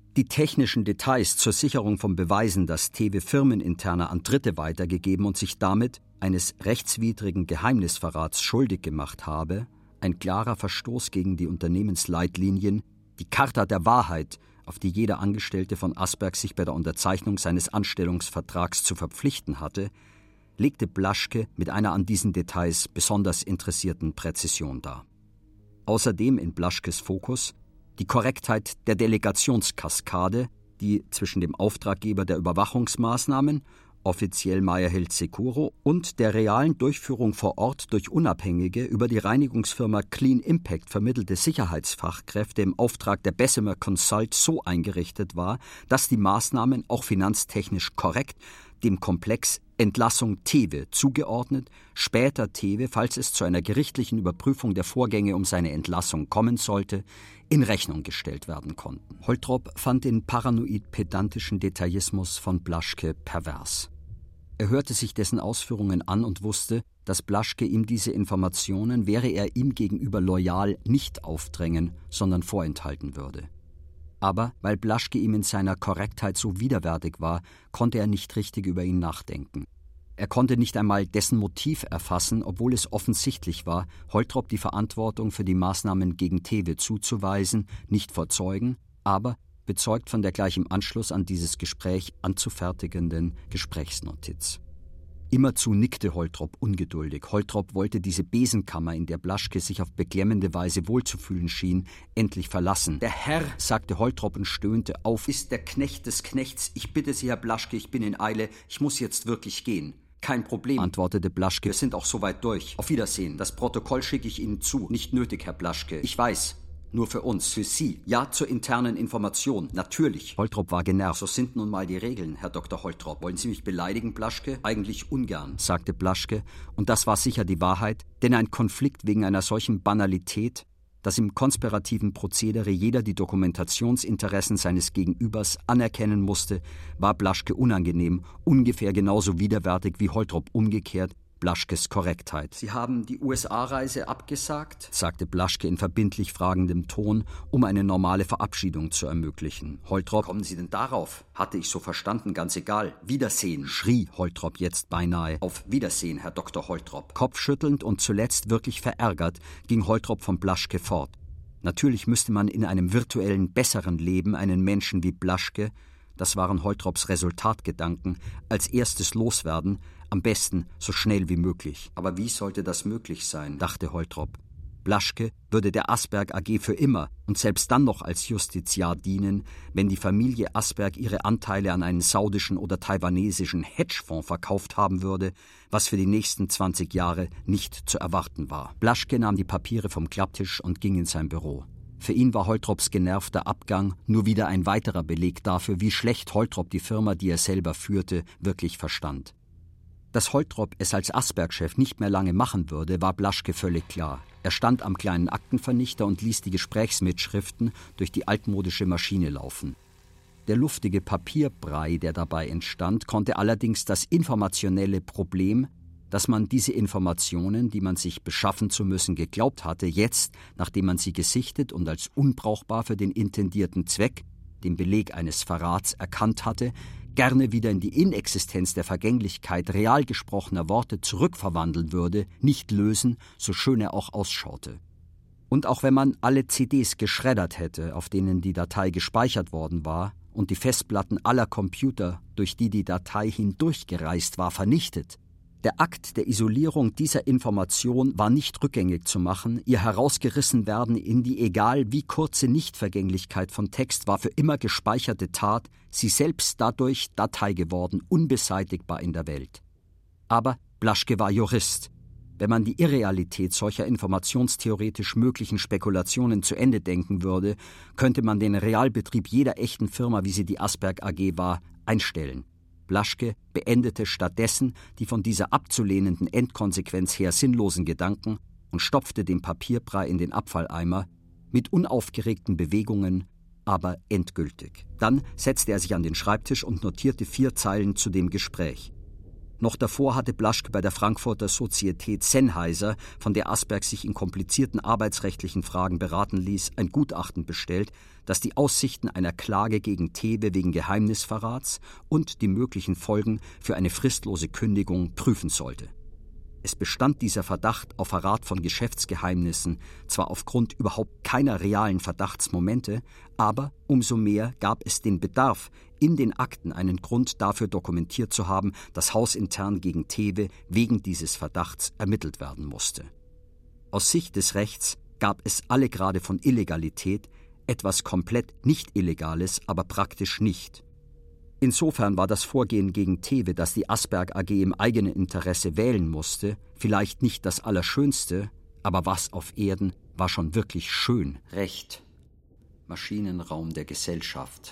Die technischen Details zur Sicherung von Beweisen, dass Tewe Firmeninterne an Dritte weitergegeben und sich damit eines rechtswidrigen Geheimnisverrats schuldig gemacht habe, ein klarer Verstoß gegen die Unternehmensleitlinien, die Charta der Wahrheit, auf die jeder Angestellte von Asberg sich bei der Unterzeichnung seines Anstellungsvertrags zu verpflichten hatte, legte Blaschke mit einer an diesen Details besonders interessierten Präzision dar. Außerdem in Blaschkes Fokus die Korrektheit der Delegationskaskade, die zwischen dem Auftraggeber der Überwachungsmaßnahmen, offiziell Mayr-Hild Securo, und der realen Durchführung vor Ort durch unabhängige, über die Reinigungsfirma Clean Impact vermittelte Sicherheitsfachkräfte im Auftrag der Bessemer Consult so eingerichtet war, dass die Maßnahmen auch finanztechnisch korrekt dem Komplex Entlassung Tewe zugeordnet, später Tewe, falls es zu einer gerichtlichen Überprüfung der Vorgänge um seine Entlassung kommen sollte, in Rechnung gestellt werden konnten. Holtrop fand den paranoid-pedantischen Detailismus von Blaschke pervers. Er hörte sich dessen Ausführungen an und wusste, dass Blaschke ihm diese Informationen, wäre er ihm gegenüber loyal, nicht aufdrängen, sondern vorenthalten würde. Aber weil Blaschke ihm in seiner Korrektheit so widerwärtig war, konnte er nicht richtig über ihn nachdenken. Er konnte nicht einmal dessen Motiv erfassen, obwohl es offensichtlich war, Holtrop die Verantwortung für die Maßnahmen gegen Tewe zuzuweisen, nicht vor Zeugen, aber bezeugt von der gleich im Anschluss an dieses Gespräch anzufertigenden Gesprächsnotiz. Immerzu nickte Holtrop ungeduldig. Holtrop wollte diese Besenkammer, in der Blaschke sich auf beklemmende Weise wohlzufühlen schien, endlich verlassen. »Der Herr«, sagte Holtrop und stöhnte auf, »ist der Knecht des Knechts. Ich bitte Sie, Herr Blaschke, ich bin in Eile. Ich muss jetzt wirklich gehen.« »Kein Problem«, antwortete Blaschke. »Wir sind auch soweit durch. Auf Wiedersehen. Das Protokoll schicke ich Ihnen zu. Nicht nötig, Herr Blaschke. Ich weiß. Nur für uns, für Sie. Ja, zur internen Information. Natürlich.« Holtrop war genervt. »So sind nun mal die Regeln, Herr Doktor Holtrop. Wollen Sie mich beleidigen, Blaschke?« »Eigentlich ungern«, sagte Blaschke. Und das war sicher die Wahrheit, denn ein Konflikt wegen einer solchen Banalität, dass im konspirativen Prozedere jeder die Dokumentationsinteressen seines Gegenübers anerkennen musste, war Blaschke unangenehm, ungefähr genauso widerwärtig wie Holtrop umgekehrt Blaschkes Korrektheit. »Sie haben die U S A-Reise abgesagt?«, sagte Blaschke in verbindlich fragendem Ton, um eine normale Verabschiedung zu ermöglichen. Holtrop: »Kommen Sie denn darauf? Hatte ich so verstanden, ganz egal. Wiedersehen«, schrie Holtrop jetzt beinahe. »Auf Wiedersehen, Herr Doktor Holtrop.« Kopfschüttelnd und zuletzt wirklich verärgert ging Holtrop von Blaschke fort. Natürlich müsste man in einem virtuellen, besseren Leben einen Menschen wie Blaschke, das waren Holtrops Resultatgedanken, als erstes loswerden, am besten so schnell wie möglich. Aber wie sollte das möglich sein, dachte Holtrop. Blaschke würde der Asberg A G für immer und selbst dann noch als Justiziar dienen, wenn die Familie Asberg ihre Anteile an einen saudischen oder taiwanesischen Hedgefonds verkauft haben würde, was für die nächsten zwanzig Jahre nicht zu erwarten war. Blaschke nahm die Papiere vom Klapptisch und ging in sein Büro. Für ihn war Holtrops genervter Abgang nur wieder ein weiterer Beleg dafür, wie schlecht Holtrop die Firma, die er selber führte, wirklich verstand. Dass Holtrop es als Asberg-Chef nicht mehr lange machen würde, war Blaschke völlig klar. Er stand am kleinen Aktenvernichter und ließ die Gesprächsmitschriften durch die altmodische Maschine laufen. Der luftige Papierbrei, der dabei entstand, konnte allerdings das informationelle Problem, dass man diese Informationen, die man sich beschaffen zu müssen geglaubt hatte, jetzt, nachdem man sie gesichtet und als unbrauchbar für den intendierten Zweck, den Beleg eines Verrats, erkannt hatte, gerne wieder in die Inexistenz der Vergänglichkeit real gesprochener Worte zurückverwandeln würde, nicht lösen, so schön er auch ausschaute. Und auch wenn man alle C Ds geschreddert hätte, auf denen die Datei gespeichert worden war, und die Festplatten aller Computer, durch die die Datei hindurchgereist war, vernichtet, der Akt der Isolierung dieser Information war nicht rückgängig zu machen, ihr Herausgerissenwerden in die egal wie kurze Nichtvergänglichkeit von Text war für immer gespeicherte Tat, sie selbst dadurch Datei geworden, unbeseitigbar in der Welt. Aber Blaschke war Jurist. Wenn man die Irrealität solcher informationstheoretisch möglichen Spekulationen zu Ende denken würde, könnte man den Realbetrieb jeder echten Firma, wie sie die Asberg A G war, einstellen. Blaschke beendete stattdessen die von dieser abzulehnenden Endkonsequenz her sinnlosen Gedanken und stopfte den Papierbrei in den Abfalleimer, mit unaufgeregten Bewegungen, aber endgültig. Dann setzte er sich an den Schreibtisch und notierte vier Zeilen zu dem Gespräch. Noch davor hatte Blaschke bei der Frankfurter Sozietät Sennheiser, von der Asberg sich in komplizierten arbeitsrechtlichen Fragen beraten ließ, ein Gutachten bestellt, das die Aussichten einer Klage gegen Thewe wegen Geheimnisverrats und die möglichen Folgen für eine fristlose Kündigung prüfen sollte. Es bestand dieser Verdacht auf Verrat von Geschäftsgeheimnissen, zwar aufgrund überhaupt keiner realen Verdachtsmomente, aber umso mehr gab es den Bedarf, in den Akten einen Grund dafür dokumentiert zu haben, dass hausintern gegen Thewe wegen dieses Verdachts ermittelt werden musste. Aus Sicht des Rechts gab es alle Grade von Illegalität, etwas komplett nicht Illegales, aber praktisch nicht. Insofern war das Vorgehen gegen Thewe, das die Asberg A G im eigenen Interesse wählen musste, vielleicht nicht das Allerschönste, aber was auf Erden war schon wirklich schön. Recht. Maschinenraum der Gesellschaft.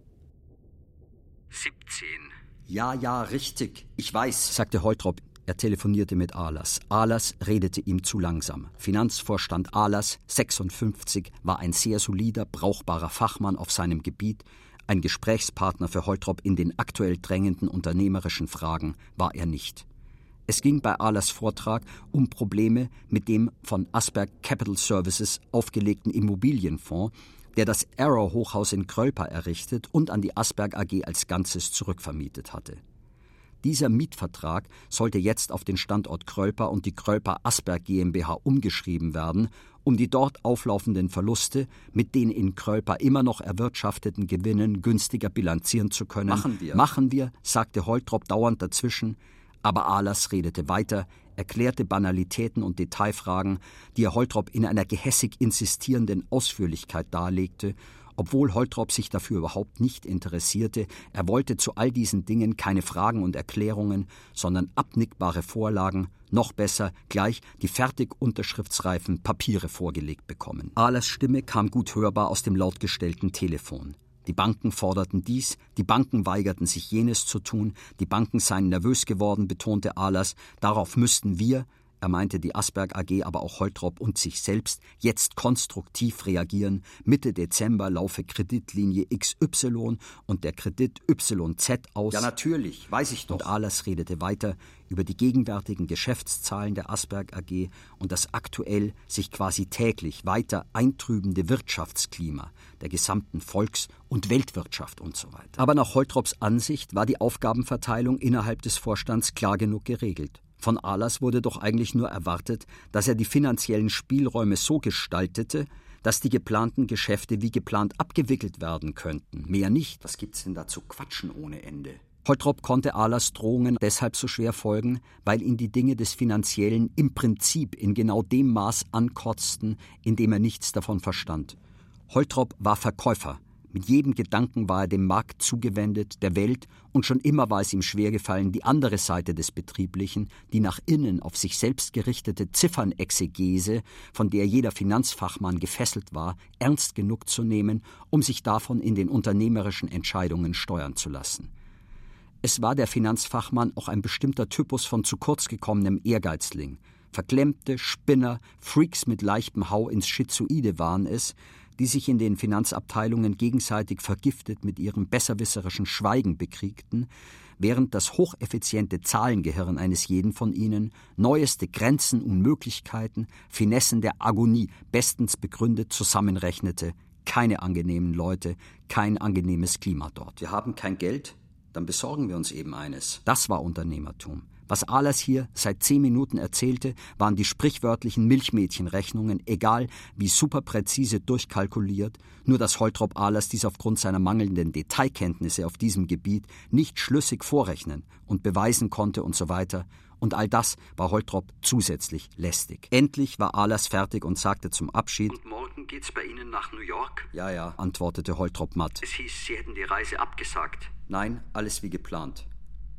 siebzehn. Ja, ja, richtig. Ich weiß, sagte Holtrop. Er telefonierte mit Ahlers. Ahlers redete ihm zu langsam. Finanzvorstand Ahlers, sechsundfünfzig, war ein sehr solider, brauchbarer Fachmann auf seinem Gebiet. Ein Gesprächspartner für Holtrop in den aktuell drängenden unternehmerischen Fragen war er nicht. Es ging bei Ahlers Vortrag um Probleme mit dem von Asberg Capital Services aufgelegten Immobilienfonds, der das Arrow-Hochhaus in Krölpa errichtet und an die Asberg A G als Ganzes zurückvermietet hatte. Dieser Mietvertrag sollte jetzt auf den Standort Krölpa und die Krölpa Asberg GmbH umgeschrieben werden, um die dort auflaufenden Verluste mit den in Krölpa immer noch erwirtschafteten Gewinnen günstiger bilanzieren zu können. Machen wir. Machen wir, sagte Holtrop dauernd dazwischen, aber Ahlers redete weiter, erklärte Banalitäten und Detailfragen, die er Holtrop in einer gehässig insistierenden Ausführlichkeit darlegte, obwohl Holtrop sich dafür überhaupt nicht interessierte. Er wollte zu all diesen Dingen keine Fragen und Erklärungen, sondern abnickbare Vorlagen, noch besser gleich die fertig unterschriftsreifen Papiere vorgelegt bekommen. Ahlers Stimme kam gut hörbar aus dem lautgestellten Telefon. Die Banken forderten dies, die Banken weigerten sich jenes zu tun, die Banken seien nervös geworden, betonte Ahlers, darauf müssten wir, er meinte die Asberg A G, aber auch Holtrop und sich selbst, jetzt konstruktiv reagieren. Mitte Dezember laufe Kreditlinie X Y und der Kredit Y Z aus. Ja, natürlich, weiß ich doch. Und Ahlers redete weiter über die gegenwärtigen Geschäftszahlen der Asberg A G und das aktuell sich quasi täglich weiter eintrübende Wirtschaftsklima der gesamten Volks- und Weltwirtschaft und so weiter. Aber nach Holtrops Ansicht war die Aufgabenverteilung innerhalb des Vorstands klar genug geregelt. Von Ahlers wurde doch eigentlich nur erwartet, dass er die finanziellen Spielräume so gestaltete, dass die geplanten Geschäfte wie geplant abgewickelt werden könnten. Mehr nicht. Was gibt's denn da zu quatschen ohne Ende? Holtrop konnte Ahlers Drohungen deshalb so schwer folgen, weil ihn die Dinge des Finanziellen im Prinzip in genau dem Maß ankotzten, in dem er nichts davon verstand. Holtrop war Verkäufer. Mit jedem Gedanken war er dem Markt zugewendet, der Welt, und schon immer war es ihm schwergefallen, die andere Seite des Betrieblichen, die nach innen auf sich selbst gerichtete Ziffernexegese, von der jeder Finanzfachmann gefesselt war, ernst genug zu nehmen, um sich davon in den unternehmerischen Entscheidungen steuern zu lassen. Es war der Finanzfachmann auch ein bestimmter Typus von zu kurz gekommenem Ehrgeizling. Verklemmte, Spinner, Freaks mit leichtem Hau ins Schizoide waren es, die sich in den Finanzabteilungen gegenseitig vergiftet mit ihrem besserwisserischen Schweigen bekriegten, während das hocheffiziente Zahlengehirn eines jeden von ihnen neueste Grenzen und Möglichkeiten, Finessen der Agonie bestens begründet zusammenrechnete. Keine angenehmen Leute, kein angenehmes Klima dort. Wir haben kein Geld, dann besorgen wir uns eben eines. Das war Unternehmertum. Was Ahlers hier seit zehn Minuten erzählte, waren die sprichwörtlichen Milchmädchenrechnungen, egal wie superpräzise durchkalkuliert, nur dass Holtrop Ahlers dies aufgrund seiner mangelnden Detailkenntnisse auf diesem Gebiet nicht schlüssig vorrechnen und beweisen konnte und so weiter. Und all das war Holtrop zusätzlich lästig. Endlich war Ahlers fertig und sagte zum Abschied: Und morgen geht's bei Ihnen nach New York? Ja, ja, antwortete Holtrop matt. Es hieß, Sie hätten die Reise abgesagt. Nein, alles wie geplant.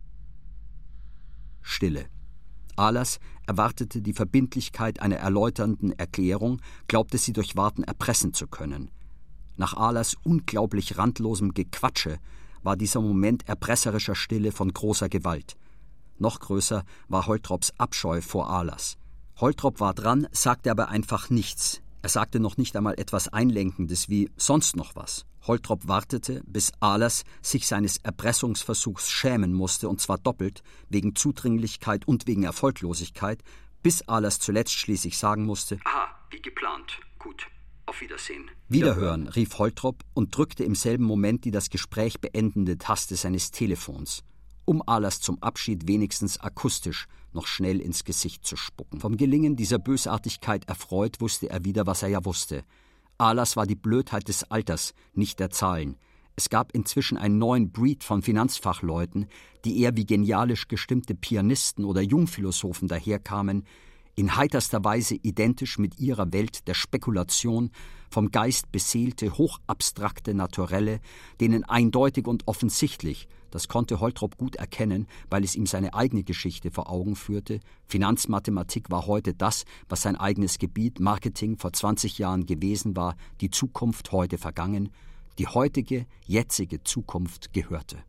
Stille. Ahlers erwartete die Verbindlichkeit einer erläuternden Erklärung, glaubte sie durch Warten erpressen zu können. Nach Ahlers unglaublich randlosem Gequatsche war dieser Moment erpresserischer Stille von großer Gewalt. Noch größer war Holtrops Abscheu vor Ahlers. Holtrop war dran, sagte aber einfach nichts. Er sagte noch nicht einmal etwas Einlenkendes wie sonst noch was. Holtrop wartete, bis Ahlers sich seines Erpressungsversuchs schämen musste, und zwar doppelt, wegen Zudringlichkeit und wegen Erfolglosigkeit, bis Ahlers zuletzt schließlich sagen musste: Aha, wie geplant. Gut. Auf Wiedersehen. Wiederhören, rief Holtrop und drückte im selben Moment die das Gespräch beendende Taste seines Telefons, um Ahlers zum Abschied wenigstens akustisch noch schnell ins Gesicht zu spucken. Vom Gelingen dieser Bösartigkeit erfreut, wusste er wieder, was er ja wusste. Ahlers war die Blödheit des Alters, nicht der Zahlen. Es gab inzwischen einen neuen Breed von Finanzfachleuten, die eher wie genialisch gestimmte Pianisten oder Jungphilosophen daherkamen, in heiterster Weise identisch mit ihrer Welt der Spekulation, vom Geist beseelte, hochabstrakte Naturelle, denen eindeutig und offensichtlich, das konnte Holtrop gut erkennen, weil es ihm seine eigene Geschichte vor Augen führte, Finanzmathematik war heute das, was sein eigenes Gebiet, Marketing, vor zwanzig Jahren gewesen war, die Zukunft heute vergangen, die heutige, jetzige Zukunft gehörte.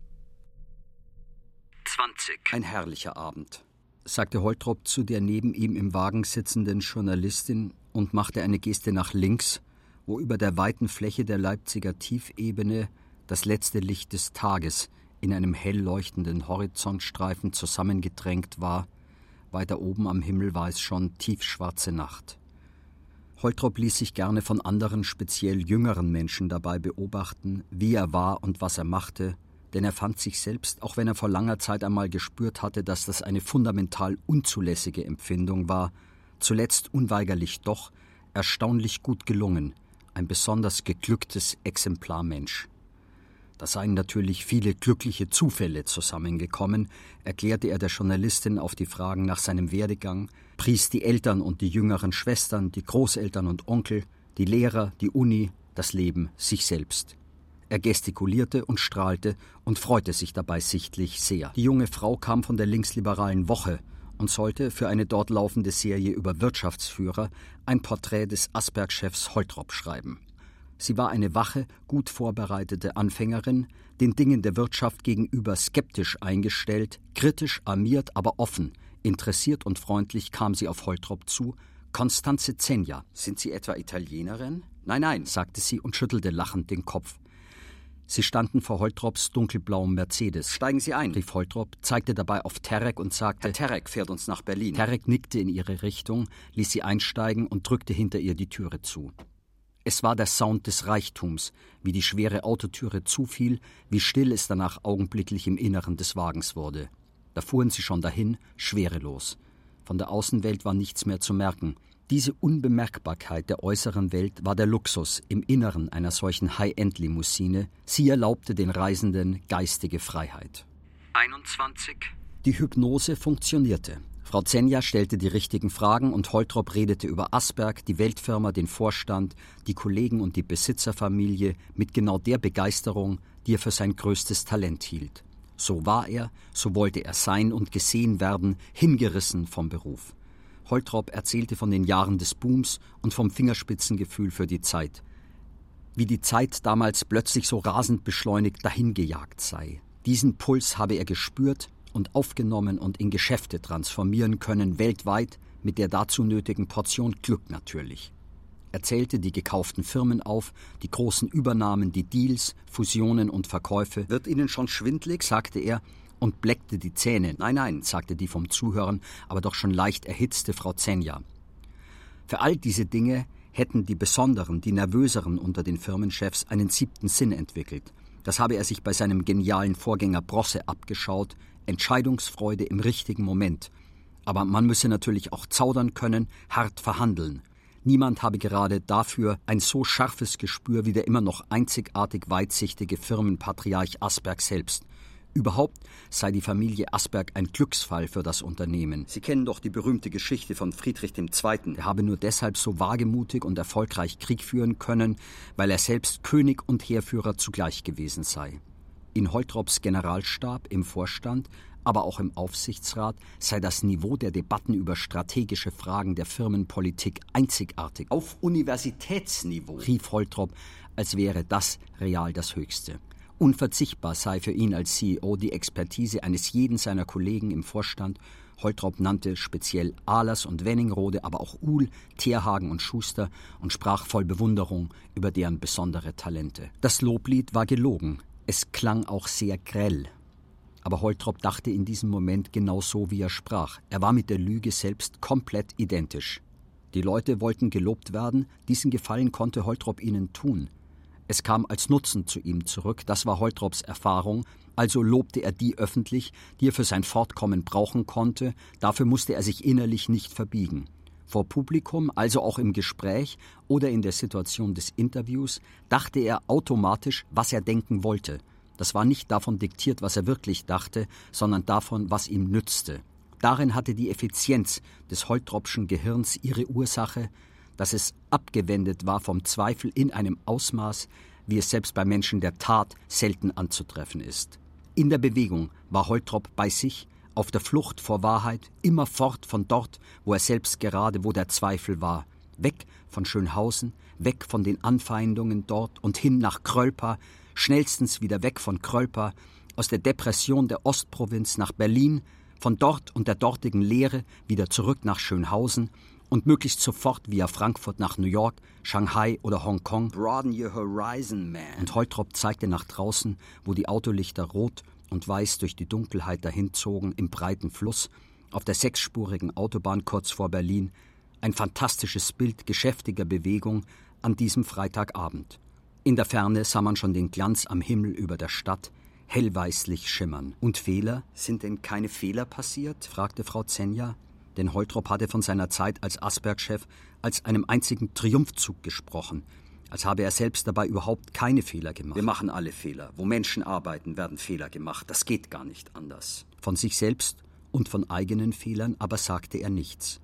zwanzig. Ein herrlicher Abend, sagte Holtrop zu der neben ihm im Wagen sitzenden Journalistin und machte eine Geste nach links, wo über der weiten Fläche der Leipziger Tiefebene das letzte Licht des Tages in einem hell leuchtenden Horizontstreifen zusammengedrängt war. Weiter oben am Himmel war es schon tiefschwarze Nacht. Holtrop ließ sich gerne von anderen, speziell jüngeren Menschen dabei beobachten, wie er war und was er machte, denn er fand sich selbst, auch wenn er vor langer Zeit einmal gespürt hatte, dass das eine fundamental unzulässige Empfindung war, zuletzt unweigerlich doch erstaunlich gut gelungen, ein besonders geglücktes Exemplar Mensch. Da seien natürlich viele glückliche Zufälle zusammengekommen, erklärte er der Journalistin auf die Fragen nach seinem Werdegang, pries die Eltern und die jüngeren Schwestern, die Großeltern und Onkel, die Lehrer, die Uni, das Leben, sich selbst. Er gestikulierte und strahlte und freute sich dabei sichtlich sehr. Die junge Frau kam von der linksliberalen Woche und sollte für eine dort laufende Serie über Wirtschaftsführer ein Porträt des Asberg-Chefs Holtrop schreiben. Sie war eine wache, gut vorbereitete Anfängerin, den Dingen der Wirtschaft gegenüber skeptisch eingestellt, kritisch armiert, aber offen, interessiert und freundlich kam sie auf Holtrop zu. Constanze Zenja. Sind Sie etwa Italienerin? Nein, nein, sagte sie und schüttelte lachend den Kopf. Sie standen vor Holtrops dunkelblauem Mercedes. Steigen Sie ein, rief Holtrop, zeigte dabei auf Terek und sagte: Herr Terek fährt uns nach Berlin. Terek nickte in ihre Richtung, ließ sie einsteigen und drückte hinter ihr die Türe zu. Es war der Sound des Reichtums, wie die schwere Autotüre zufiel, wie still es danach augenblicklich im Inneren des Wagens wurde. Da fuhren sie schon dahin, schwerelos. Von der Außenwelt war nichts mehr zu merken. Diese Unbemerkbarkeit der äußeren Welt war der Luxus im Inneren einer solchen High-End-Limousine. Sie erlaubte den Reisenden geistige Freiheit. einundzwanzig. Die Hypnose funktionierte. Frau Zenja stellte die richtigen Fragen und Holtrop redete über Asberg, die Weltfirma, den Vorstand, die Kollegen und die Besitzerfamilie mit genau der Begeisterung, die er für sein größtes Talent hielt. So war er, so wollte er sein und gesehen werden, hingerissen vom Beruf. Holtrop erzählte von den Jahren des Booms und vom Fingerspitzengefühl für die Zeit. Wie die Zeit damals plötzlich so rasend beschleunigt dahingejagt sei. Diesen Puls habe er gespürt und aufgenommen und in Geschäfte transformieren können, weltweit, mit der dazu nötigen Portion Glück natürlich. Er zählte die gekauften Firmen auf, die großen Übernahmen, die Deals, Fusionen und Verkäufe. »Wird Ihnen schon schwindlig?« sagte er und bleckte die Zähne. »Nein, nein«, sagte die vom Zuhören, aber doch schon leicht erhitzte Frau Zenja. Für all diese Dinge hätten die besonderen, die nervöseren unter den Firmenchefs einen siebten Sinn entwickelt. Das habe er sich bei seinem genialen Vorgänger Brosse abgeschaut, Entscheidungsfreude im richtigen Moment. Aber man müsse natürlich auch zaudern können, hart verhandeln. Niemand habe gerade dafür ein so scharfes Gespür wie der immer noch einzigartig weitsichtige Firmenpatriarch Asberg selbst. Überhaupt sei die Familie Asberg ein Glücksfall für das Unternehmen. Sie kennen doch die berühmte Geschichte von Friedrich der Zweite. Er habe nur deshalb so wagemutig und erfolgreich Krieg führen können, weil er selbst König und Heerführer zugleich gewesen sei. In Holtrops Generalstab, im Vorstand, aber auch im Aufsichtsrat sei das Niveau der Debatten über strategische Fragen der Firmenpolitik einzigartig. Auf Universitätsniveau, rief Holtrop, als wäre das real das Höchste. Unverzichtbar sei für ihn als C E O die Expertise eines jeden seiner Kollegen im Vorstand. Holtrop nannte speziell Ahlers und Wenningrode, aber auch Uhl, Terhagen und Schuster und sprach voll Bewunderung über deren besondere Talente. Das Loblied war gelogen. Es klang auch sehr grell. Aber Holtrop dachte in diesem Moment genau so, wie er sprach. Er war mit der Lüge selbst komplett identisch. Die Leute wollten gelobt werden, diesen Gefallen konnte Holtrop ihnen tun. Es kam als Nutzen zu ihm zurück, das war Holtrops Erfahrung, also lobte er die öffentlich, die er für sein Fortkommen brauchen konnte, dafür musste er sich innerlich nicht verbiegen. Vor Publikum, also auch im Gespräch oder in der Situation des Interviews, dachte er automatisch, was er denken wollte. Das war nicht davon diktiert, was er wirklich dachte, sondern davon, was ihm nützte. Darin hatte die Effizienz des Holtropschen Gehirns ihre Ursache, dass es abgewendet war vom Zweifel in einem Ausmaß, wie es selbst bei Menschen der Tat selten anzutreffen ist. In der Bewegung war Holtrop bei sich, auf der Flucht vor Wahrheit, immer fort von dort, wo er selbst gerade, wo der Zweifel war, weg von Schönhausen, weg von den Anfeindungen dort und hin nach Krölpa, schnellstens wieder weg von Krölpa, aus der Depression der Ostprovinz nach Berlin, von dort und der dortigen Lehre wieder zurück nach Schönhausen und möglichst sofort via Frankfurt nach New York, Shanghai oder Hongkong. Broaden your horizon, man. Und Holtrop zeigte nach draußen, wo die Autolichter rot und weiß durch die Dunkelheit dahinzogen im breiten Fluss, auf der sechsspurigen Autobahn kurz vor Berlin, ein fantastisches Bild geschäftiger Bewegung an diesem Freitagabend. In der Ferne sah man schon den Glanz am Himmel über der Stadt, hellweißlich schimmern. Und Fehler? Sind denn keine Fehler passiert? Fragte Frau Zenja. Denn Holtrop hatte von seiner Zeit als Asberg-Chef als einem einzigen Triumphzug gesprochen, als habe er selbst dabei überhaupt keine Fehler gemacht. Wir machen alle Fehler. Wo Menschen arbeiten, werden Fehler gemacht. Das geht gar nicht anders. Von sich selbst und von eigenen Fehlern aber sagte er nichts.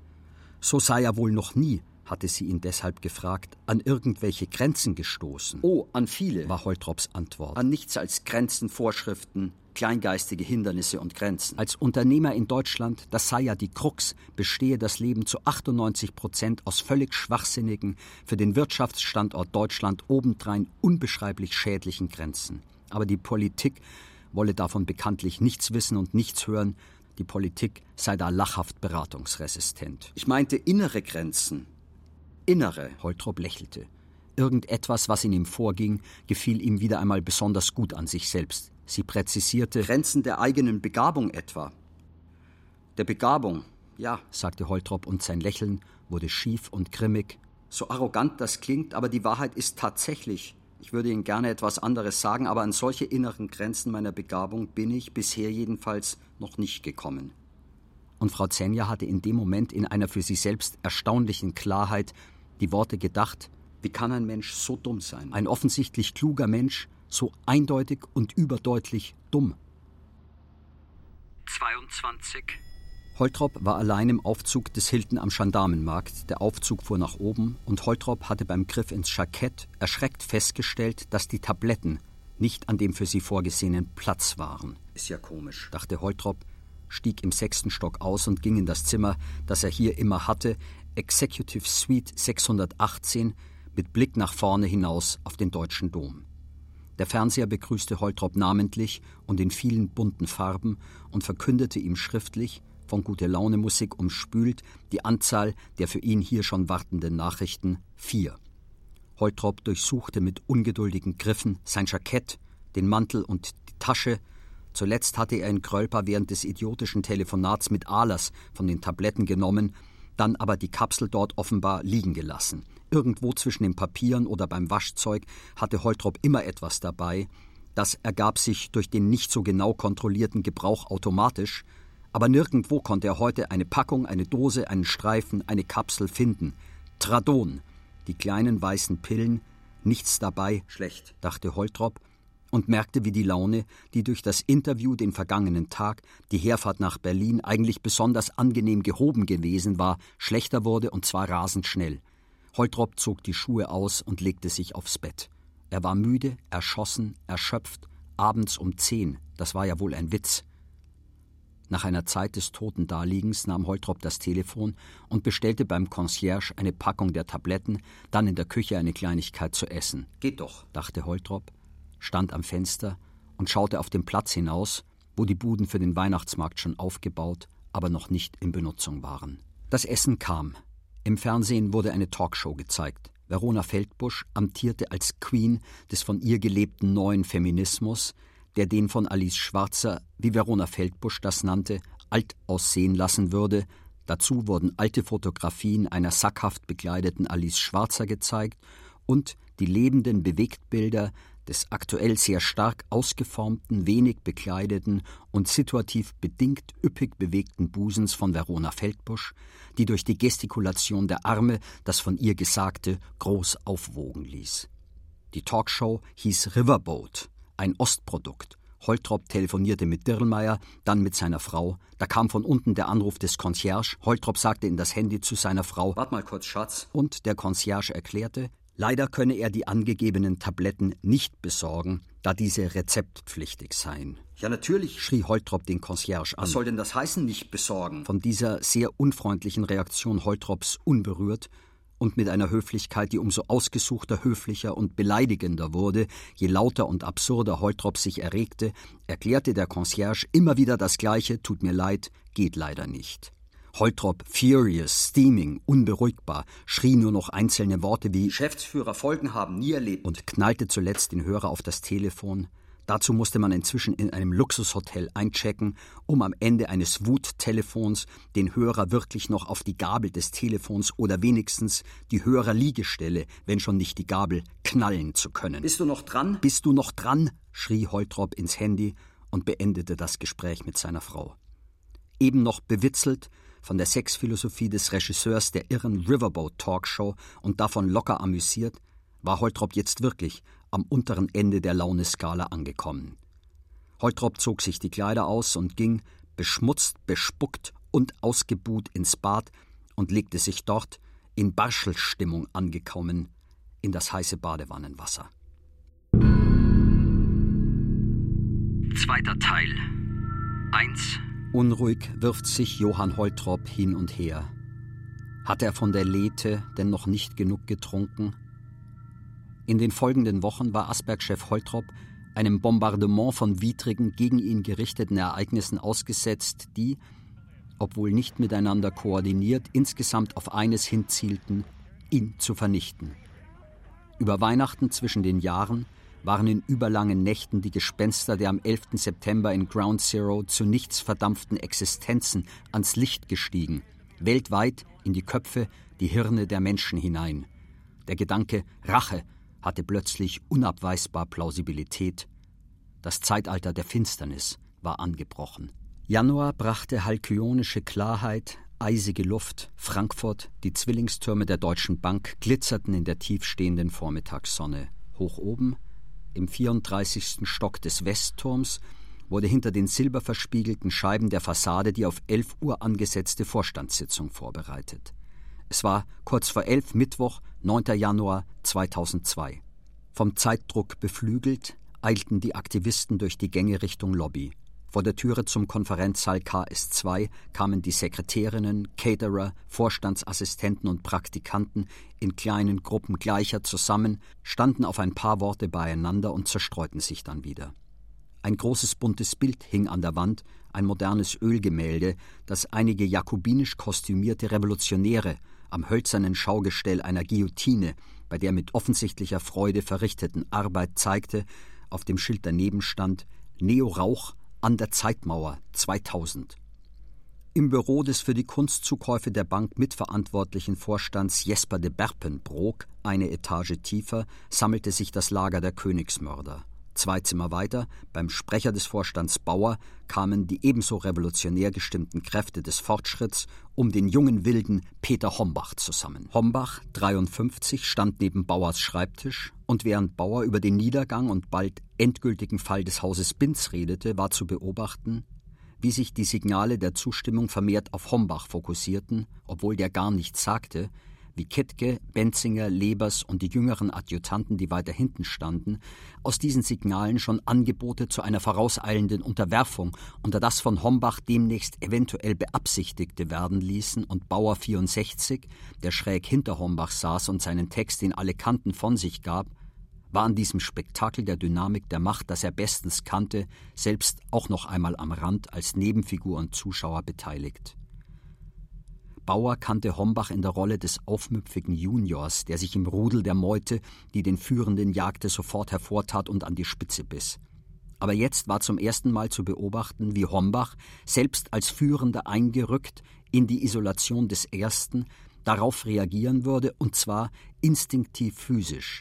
So sei er wohl noch nie, hatte sie ihn deshalb gefragt, an irgendwelche Grenzen gestoßen. Oh, an viele, war Holtrops Antwort. An nichts als Grenzen, Vorschriften, kleingeistige Hindernisse und Grenzen. Als Unternehmer in Deutschland, das sei ja die Krux, bestehe das Leben zu achtundneunzig Prozent aus völlig schwachsinnigen, für den Wirtschaftsstandort Deutschland obendrein unbeschreiblich schädlichen Grenzen. Aber die Politik wolle davon bekanntlich nichts wissen und nichts hören. Die Politik sei da lachhaft beratungsresistent. Ich meinte innere Grenzen. Innere. Holtrop lächelte. Irgendetwas, was in ihm vorging, gefiel ihm wieder einmal besonders gut an sich selbst. Sie präzisierte: Grenzen der eigenen Begabung etwa. Der Begabung, ja, sagte Holtrop, und sein Lächeln wurde schief und grimmig. So arrogant das klingt, aber die Wahrheit ist tatsächlich, ich würde Ihnen gerne etwas anderes sagen, aber an solche inneren Grenzen meiner Begabung bin ich bisher jedenfalls noch nicht gekommen. Und Frau Zenja hatte in dem Moment in einer für sie selbst erstaunlichen Klarheit die Worte gedacht: Wie kann ein Mensch so dumm sein? Ein offensichtlich kluger Mensch, so eindeutig und überdeutlich dumm. zweiundzwanzig. Holtrop war allein im Aufzug des Hilton am Gendarmenmarkt. Der Aufzug fuhr nach oben und Holtrop hatte beim Griff ins Jackett erschreckt festgestellt, dass die Tabletten nicht an dem für sie vorgesehenen Platz waren. Ist ja komisch, dachte Holtrop, stieg im sechsten Stock aus und ging in das Zimmer, das er hier immer hatte, Executive Suite sechshundertachtzehn, mit Blick nach vorne hinaus auf den Deutschen Dom. Der Fernseher begrüßte Holtrop namentlich und in vielen bunten Farben und verkündete ihm schriftlich, von Gute-Laune-Musik umspült, die Anzahl der für ihn hier schon wartenden Nachrichten: vier. Holtrop durchsuchte mit ungeduldigen Griffen sein Jackett, den Mantel und die Tasche. Zuletzt hatte er in Krölpa während des idiotischen Telefonats mit Ahlers von den Tabletten genommen, dann aber die Kapsel dort offenbar liegen gelassen. Irgendwo zwischen den Papieren oder beim Waschzeug hatte Holtrop immer etwas dabei. Das ergab sich durch den nicht so genau kontrollierten Gebrauch automatisch, aber nirgendwo konnte er heute eine Packung, eine Dose, einen Streifen, eine Kapsel finden. Tradon, die kleinen weißen Pillen, nichts dabei. Schlecht, dachte Holtrop und merkte, wie die Laune, die durch das Interview den vergangenen Tag, die Herfahrt nach Berlin, eigentlich besonders angenehm gehoben gewesen war, schlechter wurde, und zwar rasend schnell. Holtrop zog die Schuhe aus und legte sich aufs Bett. Er war müde, erschossen, erschöpft, abends um zehn, das war ja wohl ein Witz. Nach einer Zeit des toten Daliegens nahm Holtrop das Telefon und bestellte beim Concierge eine Packung der Tabletten, dann in der Küche eine Kleinigkeit zu essen. Geht doch, dachte Holtrop, stand am Fenster und schaute auf den Platz hinaus, wo die Buden für den Weihnachtsmarkt schon aufgebaut, aber noch nicht in Benutzung waren. Das Essen kam. Im Fernsehen wurde eine Talkshow gezeigt. Verona Feldbusch amtierte als Queen des von ihr gelebten neuen Feminismus, der den von Alice Schwarzer, wie Verona Feldbusch das nannte, alt aussehen lassen würde. Dazu wurden alte Fotografien einer sackhaft bekleideten Alice Schwarzer gezeigt und die lebenden Bewegtbilder des aktuell sehr stark ausgeformten, wenig bekleideten und situativ bedingt üppig bewegten Busens von Verona Feldbusch, die durch die Gestikulation der Arme das von ihr Gesagte groß aufwogen ließ. Die Talkshow hieß Riverboat, ein Ostprodukt. Holtrop telefonierte mit Dirlmeier, dann mit seiner Frau. Da kam von unten der Anruf des Concierge. Holtrop sagte in das Handy zu seiner Frau: »Wart mal kurz, Schatz.« Und der Concierge erklärte, leider könne er die angegebenen Tabletten nicht besorgen, da diese rezeptpflichtig seien. »Ja, natürlich«, schrie Holtrop den Concierge an. »Was soll denn das heißen, nicht besorgen?« Von dieser sehr unfreundlichen Reaktion Holtrops unberührt und mit einer Höflichkeit, die umso ausgesuchter, höflicher und beleidigender wurde, je lauter und absurder Holtrop sich erregte, erklärte der Concierge immer wieder das Gleiche: »Tut mir leid, geht leider nicht.« Holtrop, furious, steaming, unberuhigbar, schrie nur noch einzelne Worte wie »Geschäftsführer Folgen haben nie erlebt« und knallte zuletzt den Hörer auf das Telefon. Dazu musste man inzwischen in einem Luxushotel einchecken, um am Ende eines Wuttelefons den Hörer wirklich noch auf die Gabel des Telefons oder wenigstens die Hörerliegestelle, wenn schon nicht die Gabel, knallen zu können. »Bist du noch dran?« »Bist du noch dran?« schrie Holtrop ins Handy und beendete das Gespräch mit seiner Frau. Eben noch bewitzelt von der Sexphilosophie des Regisseurs der irren Riverboat-Talkshow und davon locker amüsiert, war Holtrop jetzt wirklich am unteren Ende der Launeskala angekommen. Holtrop zog sich die Kleider aus und ging, beschmutzt, bespuckt und ausgebuht, ins Bad und legte sich dort, in Barschelstimmung angekommen, in das heiße Badewannenwasser. Zweiter Teil. Eins. Unruhig wirft sich Johann Holtrop hin und her. Hat er von der Lethe denn noch nicht genug getrunken? In den folgenden Wochen war Asberg-Chef Holtrop einem Bombardement von widrigen, gegen ihn gerichteten Ereignissen ausgesetzt, die, obwohl nicht miteinander koordiniert, insgesamt auf eines hinzielten: ihn zu vernichten. Über Weihnachten zwischen den Jahren waren in überlangen Nächten die Gespenster der am elften September in Ground Zero zu nichts verdampften Existenzen ans Licht gestiegen, weltweit in die Köpfe, die Hirne der Menschen hinein. Der Gedanke Rache hatte plötzlich unabweisbar Plausibilität. Das Zeitalter der Finsternis war angebrochen. Januar brachte halkyonische Klarheit, eisige Luft. Frankfurt, die Zwillingstürme der Deutschen Bank glitzerten in der tiefstehenden Vormittagssonne. Hoch oben, im vierunddreißigsten Stock des Westturms, wurde hinter den silberverspiegelten Scheiben der Fassade die auf elf Uhr angesetzte Vorstandssitzung vorbereitet. Es war kurz vor elf, Mittwoch, neunter Januar zweitausendzwei. Vom Zeitdruck beflügelt, eilten die Aktivisten durch die Gänge Richtung Lobby. Vor der Türe zum Konferenzsaal K S zwei kamen die Sekretärinnen, Caterer, Vorstandsassistenten und Praktikanten in kleinen Gruppen gleicher zusammen, standen auf ein paar Worte beieinander und zerstreuten sich dann wieder. Ein großes buntes Bild hing an der Wand, ein modernes Ölgemälde, das einige jakobinisch kostümierte Revolutionäre am hölzernen Schaugestell einer Guillotine bei der mit offensichtlicher Freude verrichteten Arbeit zeigte. Auf dem Schild daneben stand »Neo Rauch an der Zeitmauer zweitausend«. Im Büro des für die Kunstzukäufe der Bank mitverantwortlichen Vorstands Jesper de Berpenbroek, eine Etage tiefer, sammelte sich das Lager der Königsmörder. Zwei Zimmer weiter, beim Sprecher des Vorstands Bauer, kamen die ebenso revolutionär gestimmten Kräfte des Fortschritts um den jungen Wilden Peter Hombach zusammen. Hombach, dreiundfünfzig, stand neben Bauers Schreibtisch, und während Bauer über den Niedergang und bald endgültigen Fall des Hauses Binz redete, war zu beobachten, wie sich die Signale der Zustimmung vermehrt auf Hombach fokussierten, obwohl der gar nichts sagte, wie Kettke, Benzinger, Lebers und die jüngeren Adjutanten, die weiter hinten standen, aus diesen Signalen schon Angebote zu einer vorauseilenden Unterwerfung unter das von Hombach demnächst eventuell beabsichtigte werden ließen, und Bauer vierundsechzig, der schräg hinter Hombach saß und seinen Text in alle Kanten von sich gab, war an diesem Spektakel der Dynamik der Macht, das er bestens kannte, selbst auch noch einmal am Rand als Nebenfigur und Zuschauer beteiligt. Bauer kannte Hombach in der Rolle des aufmüpfigen Juniors, der sich im Rudel der Meute, die den Führenden jagte, sofort hervortat und an die Spitze biss. Aber jetzt war zum ersten Mal zu beobachten, wie Hombach, selbst als Führender eingerückt, in die Isolation des Ersten, darauf reagieren würde, und zwar instinktiv physisch.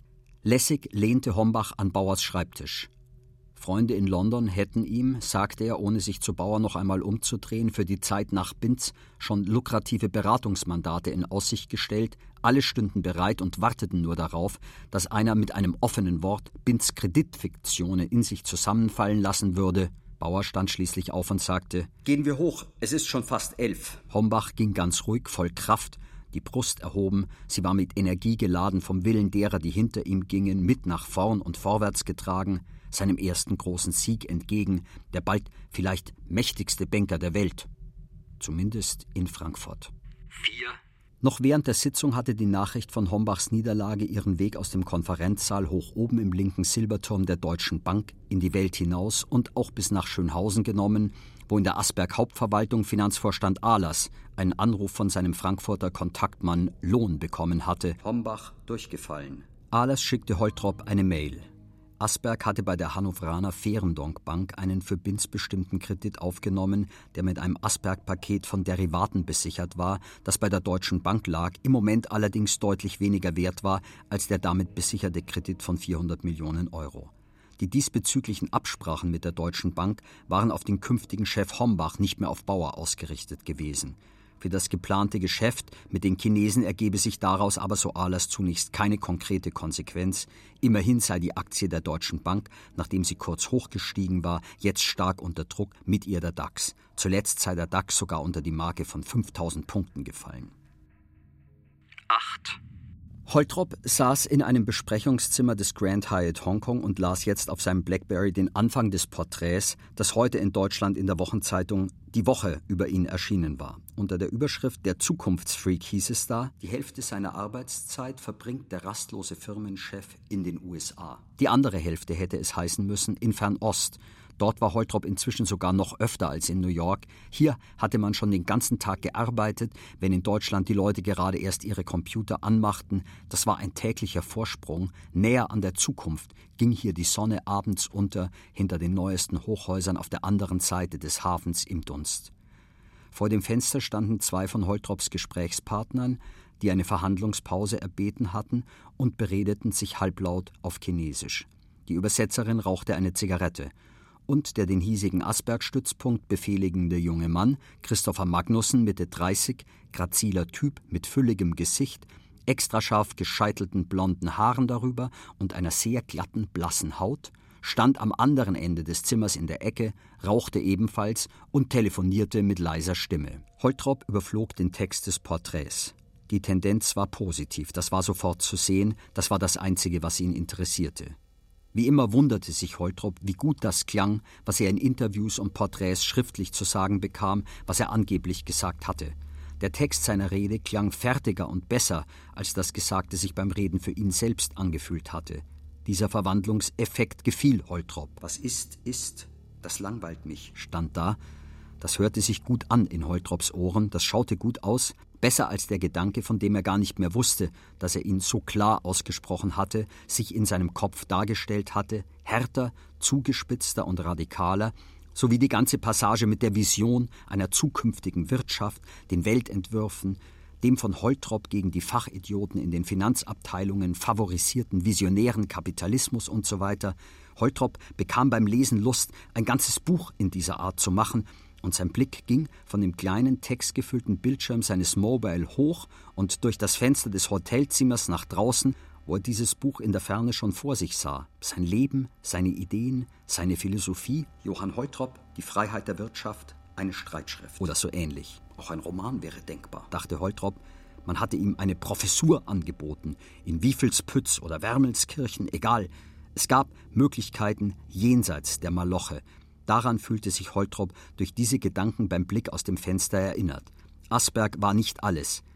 Lässig lehnte Hombach an Bauers Schreibtisch. Freunde in London hätten ihm, sagte er, ohne sich zu Bauer noch einmal umzudrehen, für die Zeit nach Binz schon lukrative Beratungsmandate in Aussicht gestellt, alle stünden bereit und warteten nur darauf, dass einer mit einem offenen Wort Binz Kreditfiktionen in sich zusammenfallen lassen würde. Bauer stand schließlich auf und sagte: »Gehen wir hoch, es ist schon fast elf.« Hombach ging ganz ruhig, voll Kraft, die Brust erhoben, sie war mit Energie geladen vom Willen derer, die hinter ihm gingen, mit nach vorn und vorwärts getragen, seinem ersten großen Sieg entgegen, der bald vielleicht mächtigste Banker der Welt. Zumindest in Frankfurt. Vier. Noch während der Sitzung hatte die Nachricht von Hombachs Niederlage ihren Weg aus dem Konferenzsaal hoch oben im linken Silberturm der Deutschen Bank in die Welt hinaus und auch bis nach Schönhausen genommen, wo in der Asberg-Hauptverwaltung Finanzvorstand Ahlers einen Anruf von seinem Frankfurter Kontaktmann Lohn bekommen hatte. Hombach durchgefallen. Ahlers schickte Holtrop eine Mail. Asberg hatte bei der Hannoveraner Ferendonk Bank einen für Binz bestimmten Kredit aufgenommen, der mit einem Asberg-Paket von Derivaten besichert war, das bei der Deutschen Bank lag, im Moment allerdings deutlich weniger wert war als der damit besicherte Kredit von vierhundert Millionen Euro. Die diesbezüglichen Absprachen mit der Deutschen Bank waren auf den künftigen Chef Hombach, nicht mehr auf Bauer ausgerichtet gewesen. Für das geplante Geschäft mit den Chinesen ergebe sich daraus aber, so Ahlers, zunächst keine konkrete Konsequenz. Immerhin sei die Aktie der Deutschen Bank, nachdem sie kurz hochgestiegen war, jetzt stark unter Druck, mit ihr der DAX. Zuletzt sei der DAX sogar unter die Marke von fünftausend Punkten gefallen. Acht. Holtrop saß in einem Besprechungszimmer des Grand Hyatt Hongkong und las jetzt auf seinem Blackberry den Anfang des Porträts, das heute in Deutschland in der Wochenzeitung Die Woche über ihn erschienen war. Unter der Überschrift »Der Zukunftsfreak« hieß es da: Die Hälfte seiner Arbeitszeit verbringt der rastlose Firmenchef in den U S A. Die andere Hälfte hätte es heißen müssen in Fernost. Dort war Holtrop inzwischen sogar noch öfter als in New York. Hier hatte man schon den ganzen Tag gearbeitet, wenn in Deutschland die Leute gerade erst ihre Computer anmachten. Das war ein täglicher Vorsprung. Näher an der Zukunft ging hier die Sonne abends unter, hinter den neuesten Hochhäusern auf der anderen Seite des Hafens im Dunst. Vor dem Fenster standen zwei von Holtrops Gesprächspartnern, die eine Verhandlungspause erbeten hatten, und beredeten sich halblaut auf Chinesisch. Die Übersetzerin rauchte eine Zigarette. Und der den hiesigen Asberg-Stützpunkt befehligende junge Mann, Christopher Magnussen, Mitte dreißig, graziler Typ mit fülligem Gesicht, extra scharf gescheitelten blonden Haaren darüber und einer sehr glatten, blassen Haut, stand am anderen Ende des Zimmers in der Ecke, rauchte ebenfalls und telefonierte mit leiser Stimme. Holtrop überflog den Text des Porträts. Die Tendenz war positiv, das war sofort zu sehen, das war das Einzige, was ihn interessierte. Wie immer wunderte sich Holtrop, wie gut das klang, was er in Interviews und Porträts schriftlich zu sagen bekam, was er angeblich gesagt hatte. Der Text seiner Rede klang fertiger und besser, als das Gesagte sich beim Reden für ihn selbst angefühlt hatte. Dieser Verwandlungseffekt gefiel Holtrop. »Was ist, ist, das langweilt mich«, stand da. Das hörte sich gut an in Holtrops Ohren, das schaute gut aus, besser als der Gedanke, von dem er gar nicht mehr wusste, dass er ihn so klar ausgesprochen hatte, sich in seinem Kopf dargestellt hatte, härter, zugespitzter und radikaler, sowie die ganze Passage mit der Vision einer zukünftigen Wirtschaft, den Weltentwürfen, dem von Holtrop gegen die Fachidioten in den Finanzabteilungen favorisierten visionären Kapitalismus und so weiter. Holtrop bekam beim Lesen Lust, ein ganzes Buch in dieser Art zu machen, und sein Blick ging von dem kleinen textgefüllten Bildschirm seines Mobile hoch und durch das Fenster des Hotelzimmers nach draußen, wo er dieses Buch in der Ferne schon vor sich sah. Sein Leben, seine Ideen, seine Philosophie. Johann Holtrop, Die Freiheit der Wirtschaft, eine Streitschrift. Oder so ähnlich. Auch ein Roman wäre denkbar, dachte Holtrop. Man hatte ihm eine Professur angeboten, in Wiefelspütz oder Wermelskirchen, egal. Es gab Möglichkeiten jenseits der Maloche. Daran fühlte sich Holtrop durch diese Gedanken beim Blick aus dem Fenster erinnert. Asberg war nicht alles.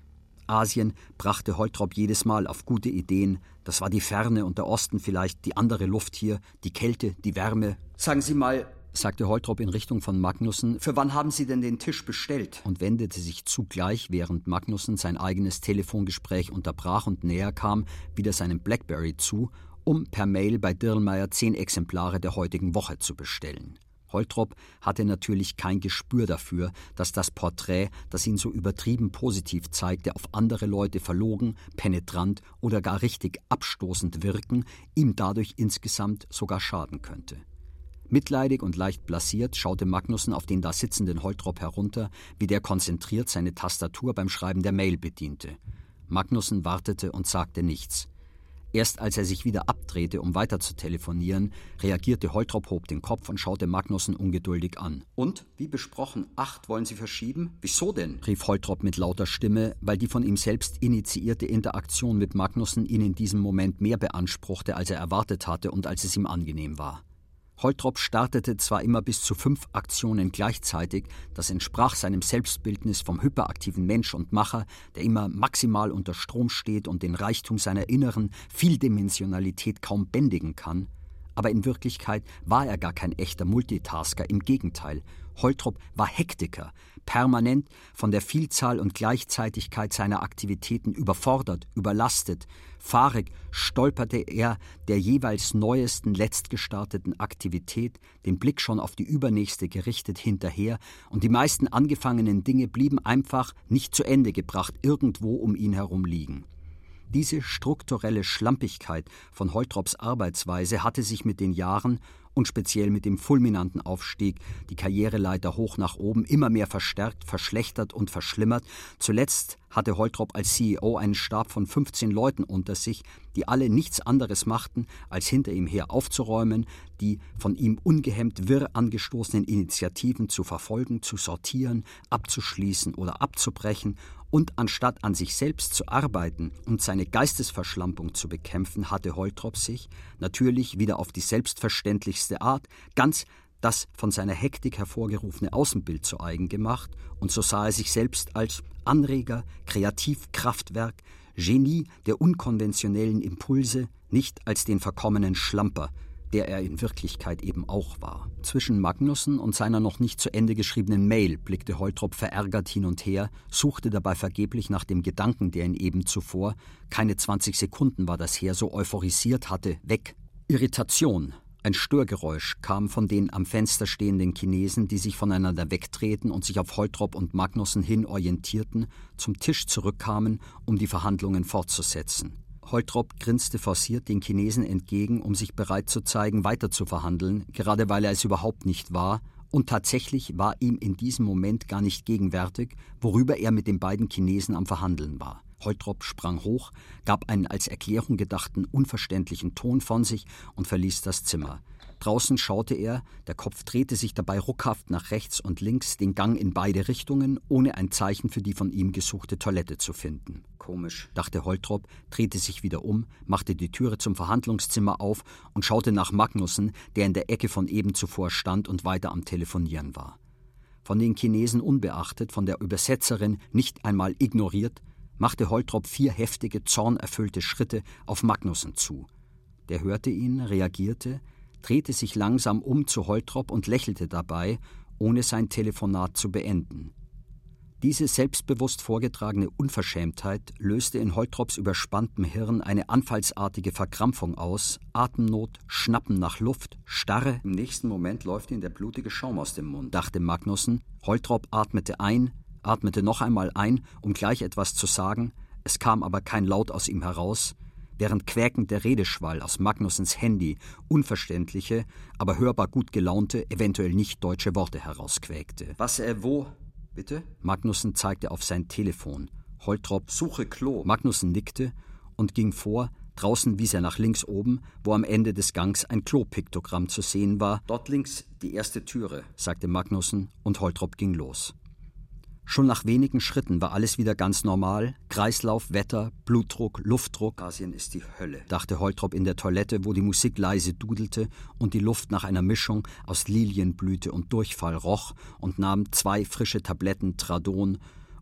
Asien brachte Holtrop jedes Mal auf gute Ideen. Das war die Ferne und der Osten vielleicht, die andere Luft hier, die Kälte, die Wärme. Sagen Sie mal, sagte Holtrop in Richtung von Magnussen, für wann haben Sie denn den Tisch bestellt? Und wendete sich zugleich, während Magnussen sein eigenes Telefongespräch unterbrach und näher kam, wieder seinem Blackberry zu, um per Mail bei Dirlmeier zehn Exemplare der heutigen Woche zu bestellen. Holtrop hatte natürlich kein Gespür dafür, dass das Porträt, das ihn so übertrieben positiv zeigte, auf andere Leute verlogen, penetrant oder gar richtig abstoßend wirken, ihm dadurch insgesamt sogar schaden könnte. Mitleidig und leicht blasiert schaute Magnussen auf den da sitzenden Holtrop herunter, wie der konzentriert seine Tastatur beim Schreiben der Mail bediente. Magnussen wartete und sagte nichts. Erst als er sich wieder abdrehte, um weiter zu telefonieren, reagierte Holtrop, hob den Kopf und schaute Magnussen ungeduldig an. Und, wie besprochen, acht wollen Sie verschieben? Wieso denn? Rief Holtrop mit lauter Stimme, weil die von ihm selbst initiierte Interaktion mit Magnussen ihn in diesem Moment mehr beanspruchte, als er erwartet hatte und als es ihm angenehm war. Holtrop startete zwar immer bis zu fünf Aktionen gleichzeitig, das entsprach seinem Selbstbildnis vom hyperaktiven Mensch und Macher, der immer maximal unter Strom steht und den Reichtum seiner inneren Vieldimensionalität kaum bändigen kann, aber in Wirklichkeit war er gar kein echter Multitasker, im Gegenteil. Holtrop war Hektiker, permanent von der Vielzahl und Gleichzeitigkeit seiner Aktivitäten überfordert, überlastet. Fahrig stolperte er der jeweils neuesten, letztgestarteten Aktivität, den Blick schon auf die übernächste gerichtet, hinterher, und die meisten angefangenen Dinge blieben einfach nicht zu Ende gebracht, irgendwo um ihn herum liegen. Diese strukturelle Schlampigkeit von Holtrops Arbeitsweise hatte sich mit den Jahren und speziell mit dem fulminanten Aufstieg die Karriereleiter hoch nach oben immer mehr verstärkt, verschlechtert und verschlimmert. Zuletzt hatte Holtrop als C E O einen Stab von fünfzehn Leuten unter sich, die alle nichts anderes machten, als hinter ihm her aufzuräumen, die von ihm ungehemmt wirr angestoßenen Initiativen zu verfolgen, zu sortieren, abzuschließen oder abzubrechen. Und anstatt an sich selbst zu arbeiten und seine Geistesverschlampung zu bekämpfen, hatte Holtrop sich, natürlich wieder auf die selbstverständlichste Art, ganz das von seiner Hektik hervorgerufene Außenbild zu eigen gemacht, und so sah er sich selbst als Anreger, Kreativkraftwerk, Genie der unkonventionellen Impulse, nicht als den verkommenen Schlamper, der er in Wirklichkeit eben auch war. Zwischen Magnussen und seiner noch nicht zu Ende geschriebenen Mail blickte Holtrop verärgert hin und her, suchte dabei vergeblich nach dem Gedanken, der ihn eben zuvor, keine zwanzig Sekunden war das her, so euphorisiert hatte, weg. Irritation, ein Störgeräusch kam von den am Fenster stehenden Chinesen, die sich voneinander wegdrehten und sich auf Holtrop und Magnussen hin orientierten, zum Tisch zurückkamen, um die Verhandlungen fortzusetzen. Holtrop grinste forciert den Chinesen entgegen, um sich bereit zu zeigen, weiter zu verhandeln, gerade weil er es überhaupt nicht war, und tatsächlich war ihm in diesem Moment gar nicht gegenwärtig, worüber er mit den beiden Chinesen am Verhandeln war. Holtrop sprang hoch, gab einen als Erklärung gedachten, unverständlichen Ton von sich und verließ das Zimmer. Draußen schaute er, der Kopf drehte sich dabei ruckhaft nach rechts und links, den Gang in beide Richtungen, ohne ein Zeichen für die von ihm gesuchte Toilette zu finden. Komisch, dachte Holtrop, drehte sich wieder um, machte die Türe zum Verhandlungszimmer auf und schaute nach Magnussen, der in der Ecke von eben zuvor stand und weiter am Telefonieren war. Von den Chinesen unbeachtet, von der Übersetzerin nicht einmal ignoriert, machte Holtrop vier heftige, zornerfüllte Schritte auf Magnussen zu. Der hörte ihn, reagierte, drehte sich langsam um zu Holtrop und lächelte dabei, ohne sein Telefonat zu beenden. Diese selbstbewusst vorgetragene Unverschämtheit löste in Holtrops überspanntem Hirn eine anfallsartige Verkrampfung aus, Atemnot, Schnappen nach Luft, Starre. Im nächsten Moment läuft ihm der blutige Schaum aus dem Mund, dachte Magnussen. Holtrop atmete ein, atmete noch einmal ein, um gleich etwas zu sagen, es kam aber kein Laut aus ihm heraus, während quäkend der Redeschwall aus Magnussens Handy unverständliche, aber hörbar gut gelaunte, eventuell nicht deutsche Worte herausquäkte. Was, äh, wo? Bitte? Magnussen zeigte auf sein Telefon. Holtrop suche Klo. Magnussen nickte und ging vor. Draußen wies er nach links oben, wo am Ende des Gangs ein Klopiktogramm zu sehen war. Dort links die erste Türe, sagte Magnussen, und Holtrop ging los. Schon nach wenigen Schritten war alles wieder ganz normal. Kreislauf, Wetter, Blutdruck, Luftdruck. Asien ist die Hölle, dachte Holtrop in der Toilette, wo die Musik leise dudelte und die Luft nach einer Mischung aus Lilienblüte und Durchfall roch, und nahm zwei frische Tabletten Tradon,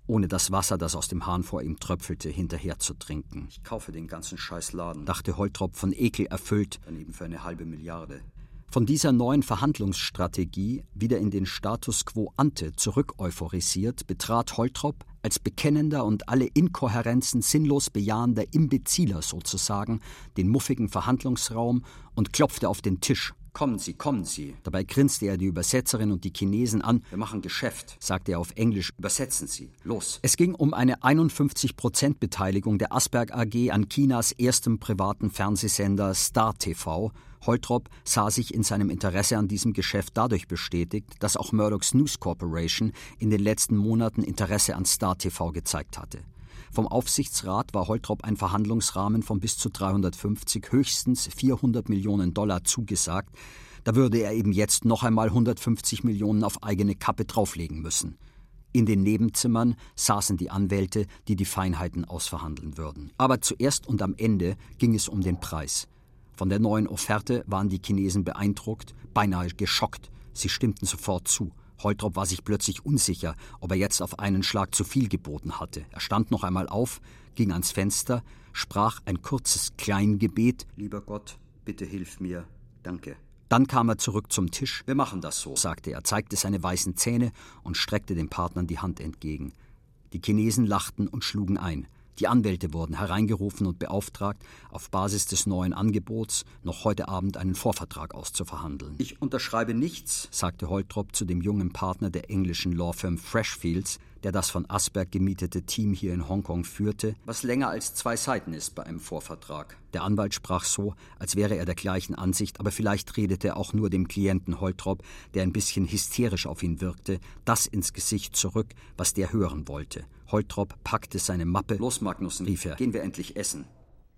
ohne das Wasser, das aus dem Hahn vor ihm tröpfelte, hinterher zu trinken. Ich kaufe den ganzen Scheißladen, dachte Holtrop von Ekel erfüllt. Daneben für eine halbe Milliarde. Von dieser neuen Verhandlungsstrategie, wieder in den Status quo ante zurück-euphorisiert, betrat Holtrop als bekennender und alle Inkohärenzen sinnlos bejahender Imbeziler sozusagen den muffigen Verhandlungsraum und klopfte auf den Tisch. Kommen Sie, kommen Sie. Dabei grinste er die Übersetzerin und die Chinesen an. Wir machen Geschäft, sagte er auf Englisch. Übersetzen Sie, los. Es ging um eine einundfünfzig Prozent Beteiligung der Asberg A G an Chinas erstem privaten Fernsehsender Star T V. Holtrop sah sich in seinem Interesse an diesem Geschäft dadurch bestätigt, dass auch Murdoch's News Corporation in den letzten Monaten Interesse an Star T V gezeigt hatte. Vom Aufsichtsrat war Holtrop ein Verhandlungsrahmen von bis zu dreihundertfünfzig, höchstens vierhundert Millionen Dollar zugesagt. Da würde er eben jetzt noch einmal hundertfünfzig Millionen auf eigene Kappe drauflegen müssen. In den Nebenzimmern saßen die Anwälte, die die Feinheiten ausverhandeln würden. Aber zuerst und am Ende ging es um den Preis. Von der neuen Offerte waren die Chinesen beeindruckt, beinahe geschockt. Sie stimmten sofort zu. Holtrop war sich plötzlich unsicher, ob er jetzt auf einen Schlag zu viel geboten hatte. Er stand noch einmal auf, ging ans Fenster, sprach ein kurzes Kleingebet. Lieber Gott, bitte hilf mir, danke. Dann kam er zurück zum Tisch. Wir machen das so, sagte er, zeigte seine weißen Zähne und streckte den Partnern die Hand entgegen. Die Chinesen lachten und schlugen ein. Die Anwälte wurden hereingerufen und beauftragt, auf Basis des neuen Angebots noch heute Abend einen Vorvertrag auszuverhandeln. Ich unterschreibe nichts, sagte Holtrop zu dem jungen Partner der englischen Lawfirm Freshfields, der das von Asberg gemietete Team hier in Hongkong führte, was länger als zwei Seiten ist bei einem Vorvertrag. Der Anwalt sprach so, als wäre er der gleichen Ansicht, aber vielleicht redete er auch nur dem Klienten Holtrop, der ein bisschen hysterisch auf ihn wirkte, das ins Gesicht zurück, was der hören wollte. Holtrop packte seine Mappe. Los, Magnussen, rief er. Gehen wir endlich essen.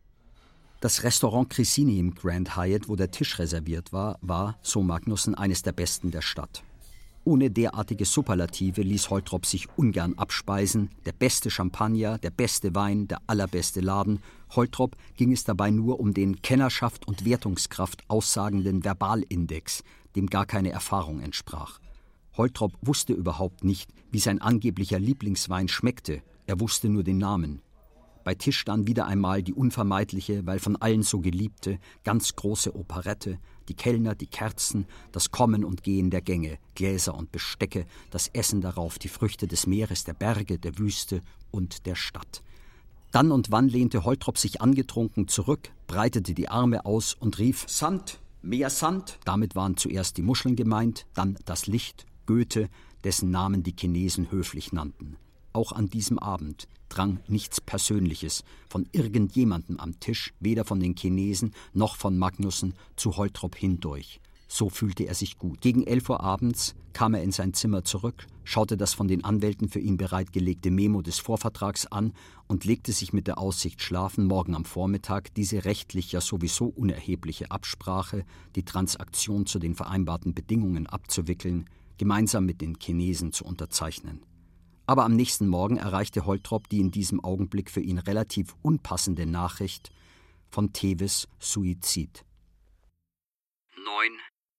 Das Restaurant Cressini im Grand Hyatt, wo der Tisch reserviert war, war, so Magnussen, eines der besten der Stadt. Ohne derartige Superlative ließ Holtrop sich ungern abspeisen. Der beste Champagner, der beste Wein, der allerbeste Laden. Holtrop ging es dabei nur um den Kennerschaft und Wertungskraft aussagenden Verbalindex, dem gar keine Erfahrung entsprach. Holtrop wusste überhaupt nicht, wie sein angeblicher Lieblingswein schmeckte. Er wusste nur den Namen. Bei Tisch dann wieder einmal die unvermeidliche, weil von allen so geliebte, ganz große Operette, die Kellner, die Kerzen, das Kommen und Gehen der Gänge, Gläser und Bestecke, das Essen darauf, die Früchte des Meeres, der Berge, der Wüste und der Stadt. Dann und wann lehnte Holtrop sich angetrunken zurück, breitete die Arme aus und rief: Sand, mehr Sand. Damit waren zuerst die Muscheln gemeint, dann das Licht, Goethe, dessen Namen die Chinesen höflich nannten. Auch an diesem Abend drang nichts Persönliches von irgendjemandem am Tisch, weder von den Chinesen noch von Magnussen, zu Holtrop hindurch. So fühlte er sich gut. Gegen elf Uhr abends kam er in sein Zimmer zurück, schaute das von den Anwälten für ihn bereitgelegte Memo des Vorvertrags an und legte sich mit der Aussicht schlafen, morgen am Vormittag diese rechtlich ja sowieso unerhebliche Absprache, die Transaktion zu den vereinbarten Bedingungen abzuwickeln, gemeinsam mit den Chinesen zu unterzeichnen. Aber am nächsten Morgen erreichte Holtrop die in diesem Augenblick für ihn relativ unpassende Nachricht von Teves Suizid. Neun.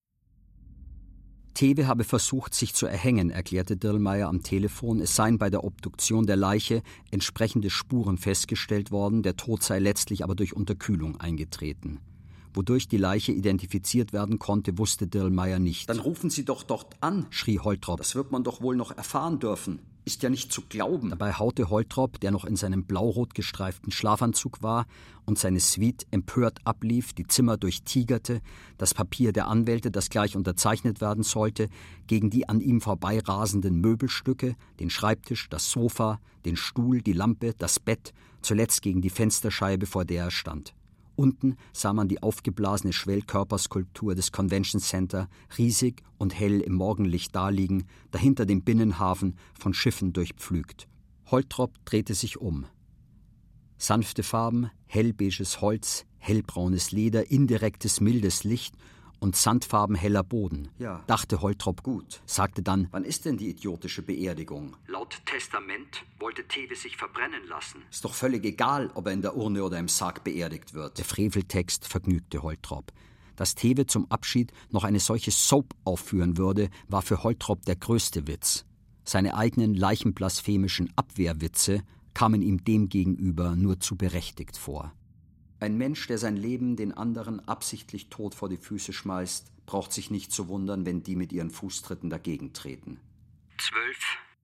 Tewe habe versucht, sich zu erhängen, erklärte Dirlmeier am Telefon. Es seien bei der Obduktion der Leiche entsprechende Spuren festgestellt worden, der Tod sei letztlich aber durch Unterkühlung eingetreten. Wodurch die Leiche identifiziert werden konnte, wusste Dirlmeier nicht. Dann rufen Sie doch dort an, schrie Holtrop. Das wird man doch wohl noch erfahren dürfen. Ist ja nicht zu glauben. Dabei haute Holtrop, der noch in seinem blaurot gestreiften Schlafanzug war und seine Suite empört ablief, die Zimmer durchtigerte, das Papier der Anwälte, das gleich unterzeichnet werden sollte, gegen die an ihm vorbeirasenden Möbelstücke, den Schreibtisch, das Sofa, den Stuhl, die Lampe, das Bett, zuletzt gegen die Fensterscheibe, vor der er stand. Unten sah man die aufgeblasene Schwellkörperskulptur des Convention Center, riesig und hell im Morgenlicht daliegen, dahinter den Binnenhafen von Schiffen durchpflügt. Holtrop drehte sich um. Sanfte Farben, hellbeiges Holz, hellbraunes Leder, indirektes mildes Licht und sandfarbenheller Boden. Ja, dachte Holtrop. Gut, sagte dann: Wann ist denn die idiotische Beerdigung? Laut Testament wollte Tewe sich verbrennen lassen. Ist doch völlig egal, ob er in der Urne oder im Sarg beerdigt wird. Der Freveltext vergnügte Holtrop. Dass Tewe zum Abschied noch eine solche Soap aufführen würde, war für Holtrop der größte Witz. Seine eigenen leichenblasphemischen Abwehrwitze kamen ihm demgegenüber nur zu berechtigt vor. Ein Mensch, der sein Leben den anderen absichtlich tot vor die Füße schmeißt, braucht sich nicht zu wundern, wenn die mit ihren Fußtritten dagegen treten. Zwölf.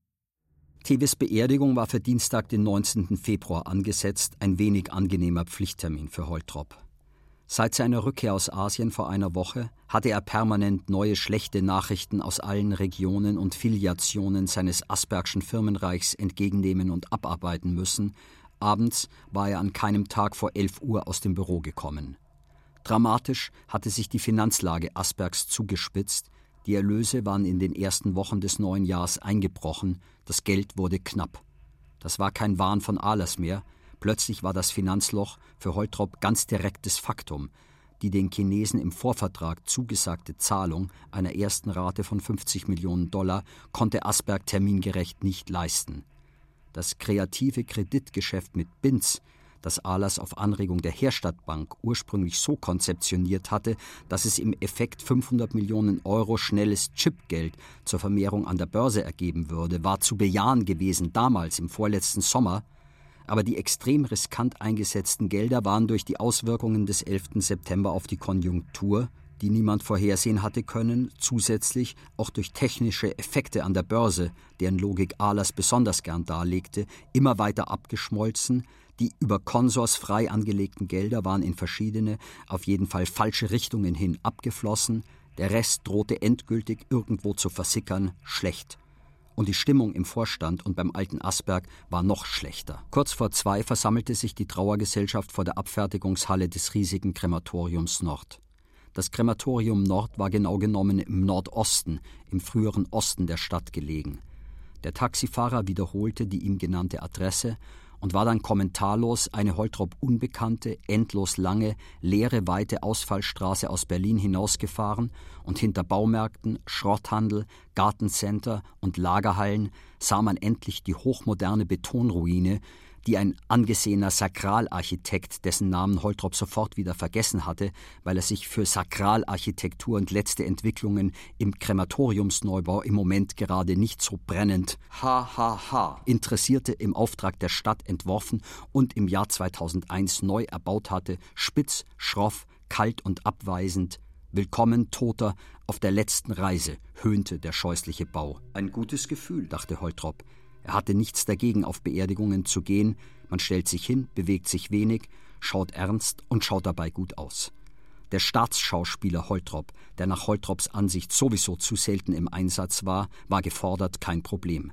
Teves Beerdigung war für Dienstag, den neunzehnten Februar angesetzt, ein wenig angenehmer Pflichttermin für Holtrop. Seit seiner Rückkehr aus Asien vor einer Woche hatte er permanent neue schlechte Nachrichten aus allen Regionen und Filiationen seines Aspergschen Firmenreichs entgegennehmen und abarbeiten müssen. Abends war er an keinem Tag vor elf Uhr aus dem Büro gekommen. Dramatisch hatte sich die Finanzlage Aspergs zugespitzt. Die Erlöse waren in den ersten Wochen des neuen Jahres eingebrochen. Das Geld wurde knapp. Das war kein Wahn von Ahlers mehr. Plötzlich war das Finanzloch für Holtrop ganz direktes Faktum. Die den Chinesen im Vorvertrag zugesagte Zahlung einer ersten Rate von fünfzig Millionen Dollar konnte Asperg termingerecht nicht leisten. Das kreative Kreditgeschäft mit Binz, das Ahlers auf Anregung der Herstadtbank ursprünglich so konzeptioniert hatte, dass es im Effekt fünfhundert Millionen Euro schnelles Chipgeld zur Vermehrung an der Börse ergeben würde, war zu bejahen gewesen damals im vorletzten Sommer. Aber die extrem riskant eingesetzten Gelder waren durch die Auswirkungen des elften September auf die Konjunktur, die niemand vorhersehen hatte können, zusätzlich auch durch technische Effekte an der Börse, deren Logik Ahlers besonders gern darlegte, immer weiter abgeschmolzen. Die über Consors frei angelegten Gelder waren in verschiedene, auf jeden Fall falsche Richtungen hin abgeflossen. Der Rest drohte endgültig irgendwo zu versickern, schlecht. Und die Stimmung im Vorstand und beim alten Asperg war noch schlechter. Kurz vor zwei versammelte sich die Trauergesellschaft vor der Abfertigungshalle des riesigen Krematoriums Nord. Das Krematorium Nord war genau genommen im Nordosten, im früheren Osten der Stadt gelegen. Der Taxifahrer wiederholte die ihm genannte Adresse und war dann kommentarlos eine Holtrop unbekannte, endlos lange, leere, weite Ausfallstraße aus Berlin hinausgefahren und hinter Baumärkten, Schrotthandel, Gartencenter und Lagerhallen sah man endlich die hochmoderne Betonruine, die ein angesehener Sakralarchitekt, dessen Namen Holtrop sofort wieder vergessen hatte, weil er sich für Sakralarchitektur und letzte Entwicklungen im Krematoriumsneubau im Moment gerade nicht so brennend ha ha ha interessierte, im Auftrag der Stadt entworfen und im Jahr zweitausendeins neu erbaut hatte, spitz, schroff, kalt und abweisend. Willkommen, Toter, auf der letzten Reise, höhnte der scheußliche Bau. Ein gutes Gefühl, dachte Holtrop. Er hatte nichts dagegen, auf Beerdigungen zu gehen. Man stellt sich hin, bewegt sich wenig, schaut ernst und schaut dabei gut aus. Der Staatsschauspieler Holtrop, der nach Holtrops Ansicht sowieso zu selten im Einsatz war, war gefordert, kein Problem.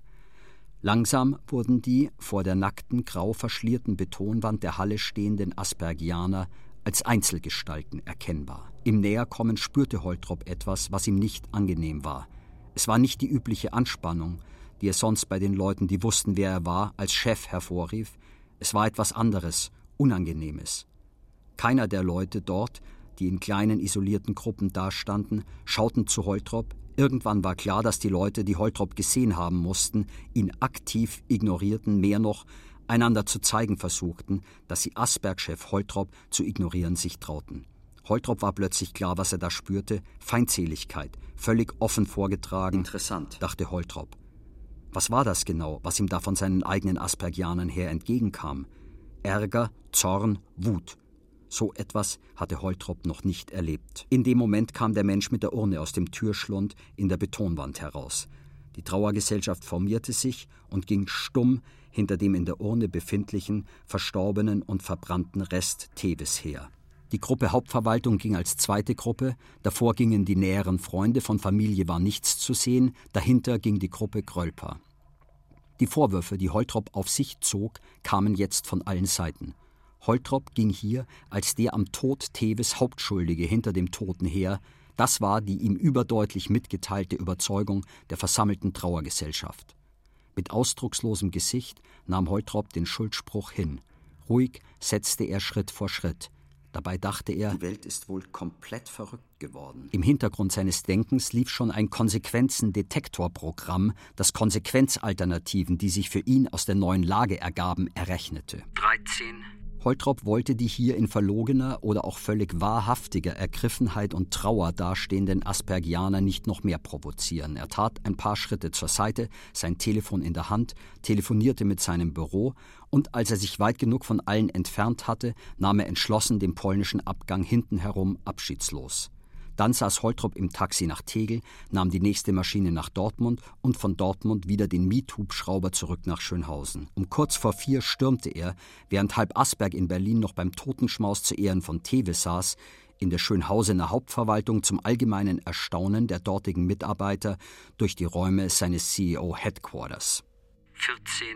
Langsam wurden die vor der nackten, grau verschlierten Betonwand der Halle stehenden Aspergianer als Einzelgestalten erkennbar. Im Näherkommen spürte Holtrop etwas, was ihm nicht angenehm war. Es war nicht die übliche Anspannung, die er sonst bei den Leuten, die wussten, wer er war, als Chef hervorrief. Es war etwas anderes, Unangenehmes. Keiner der Leute dort, die in kleinen, isolierten Gruppen dastanden, schauten zu Holtrop. Irgendwann war klar, dass die Leute, die Holtrop gesehen haben mussten, ihn aktiv ignorierten, mehr noch, einander zu zeigen versuchten, dass sie Asperg-Chef Holtrop zu ignorieren sich trauten. Holtrop war plötzlich klar, was er da spürte, Feindseligkeit, völlig offen vorgetragen. Interessant, dachte Holtrop. Was war das genau, was ihm da von seinen eigenen Aspergianern her entgegenkam? Ärger, Zorn, Wut. So etwas hatte Holtrop noch nicht erlebt. In dem Moment kam der Mensch mit der Urne aus dem Türschlund in der Betonwand heraus. Die Trauergesellschaft formierte sich und ging stumm hinter dem in der Urne befindlichen, verstorbenen und verbrannten Rest Teves her. Die Gruppe Hauptverwaltung ging als zweite Gruppe, davor gingen die näheren Freunde, von Familie war nichts zu sehen, dahinter ging die Gruppe Krölper. Die Vorwürfe, die Holtrop auf sich zog, kamen jetzt von allen Seiten. Holtrop ging hier als der am Tod Teves Hauptschuldige hinter dem Toten her. Das war die ihm überdeutlich mitgeteilte Überzeugung der versammelten Trauergesellschaft. Mit ausdruckslosem Gesicht nahm Holtrop den Schuldspruch hin. Ruhig setzte er Schritt vor Schritt. Dabei dachte er, die Welt ist wohl komplett verrückt geworden. Im Hintergrund seines Denkens lief schon ein Konsequenzendetektorprogramm, das Konsequenzalternativen, die sich für ihn aus der neuen Lage ergaben, errechnete. dreizehn. Holtrop wollte die hier in verlogener oder auch völlig wahrhaftiger Ergriffenheit und Trauer dastehenden Aspergianer nicht noch mehr provozieren. Er tat ein paar Schritte zur Seite, sein Telefon in der Hand, telefonierte mit seinem Büro und als er sich weit genug von allen entfernt hatte, nahm er entschlossen den polnischen Abgang hinten herum abschiedslos. Dann saß Holtrop im Taxi nach Tegel, nahm die nächste Maschine nach Dortmund und von Dortmund wieder den Miethubschrauber zurück nach Schönhausen. Um kurz vor vier stürmte er, während halb Asperg in Berlin noch beim Totenschmaus zu Ehren von Tewe saß, in der Schönhausener Hauptverwaltung zum allgemeinen Erstaunen der dortigen Mitarbeiter durch die Räume seines C E O-Headquarters. vierzehn.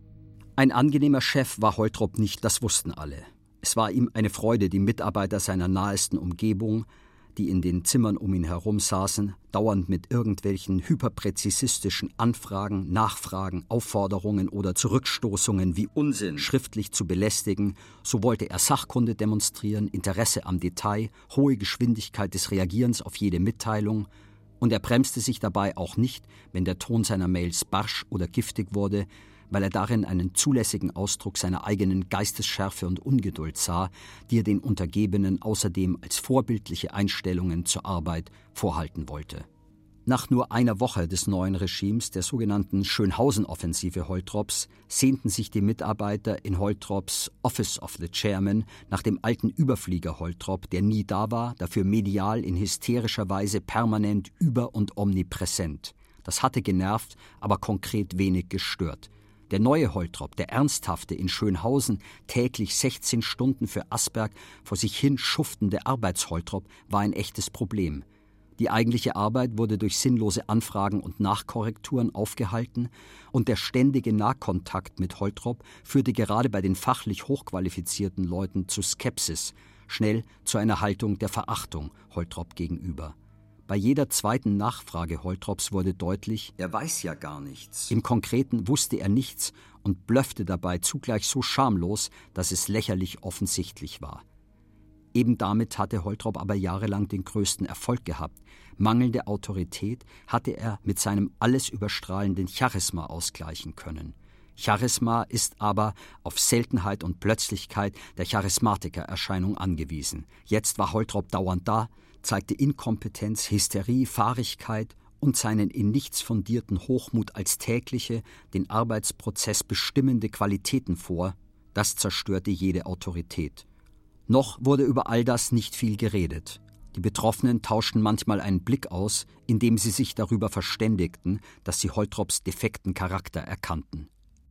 Ein angenehmer Chef war Holtrop nicht, das wussten alle. Es war ihm eine Freude, die Mitarbeiter seiner nahesten Umgebung, die in den Zimmern um ihn herum saßen, dauernd mit irgendwelchen hyperpräzisistischen Anfragen, Nachfragen, Aufforderungen oder Zurückstoßungen wie Unsinn schriftlich zu belästigen, so wollte er Sachkunde demonstrieren, Interesse am Detail, hohe Geschwindigkeit des Reagierens auf jede Mitteilung, und er bremste sich dabei auch nicht, wenn der Ton seiner Mails barsch oder giftig wurde, weil er darin einen zulässigen Ausdruck seiner eigenen Geistesschärfe und Ungeduld sah, die er den Untergebenen außerdem als vorbildliche Einstellungen zur Arbeit vorhalten wollte. Nach nur einer Woche des neuen Regimes, der sogenannten Schönhausen-Offensive Holtrops, sehnten sich die Mitarbeiter in Holtrops Office of the Chairman nach dem alten Überflieger Holtrop, der nie da war, dafür medial in hysterischer Weise permanent über- und omnipräsent. Das hatte genervt, aber konkret wenig gestört. Der neue Holtrop, der ernsthafte, in Schönhausen täglich sechzehn Stunden für Asperg vor sich hin schuftende Arbeitsholtrop, war ein echtes Problem. Die eigentliche Arbeit wurde durch sinnlose Anfragen und Nachkorrekturen aufgehalten und der ständige Nahkontakt mit Holtrop führte gerade bei den fachlich hochqualifizierten Leuten zu Skepsis, schnell zu einer Haltung der Verachtung Holtrop gegenüber. Bei jeder zweiten Nachfrage Holtrops wurde deutlich, er weiß ja gar nichts. Im Konkreten wusste er nichts und blöffte dabei zugleich so schamlos, dass es lächerlich offensichtlich war. Eben damit hatte Holtrop aber jahrelang den größten Erfolg gehabt. Mangelnde Autorität hatte er mit seinem alles überstrahlenden Charisma ausgleichen können. Charisma ist aber auf Seltenheit und Plötzlichkeit der Charismatikererscheinung angewiesen. Jetzt war Holtrop dauernd da, zeigte Inkompetenz, Hysterie, Fahrigkeit und seinen in nichts fundierten Hochmut als tägliche, den Arbeitsprozess bestimmende Qualitäten vor. Das zerstörte jede Autorität. Noch wurde über all das nicht viel geredet. Die Betroffenen tauschten manchmal einen Blick aus, indem sie sich darüber verständigten, dass sie Holtrops defekten Charakter erkannten.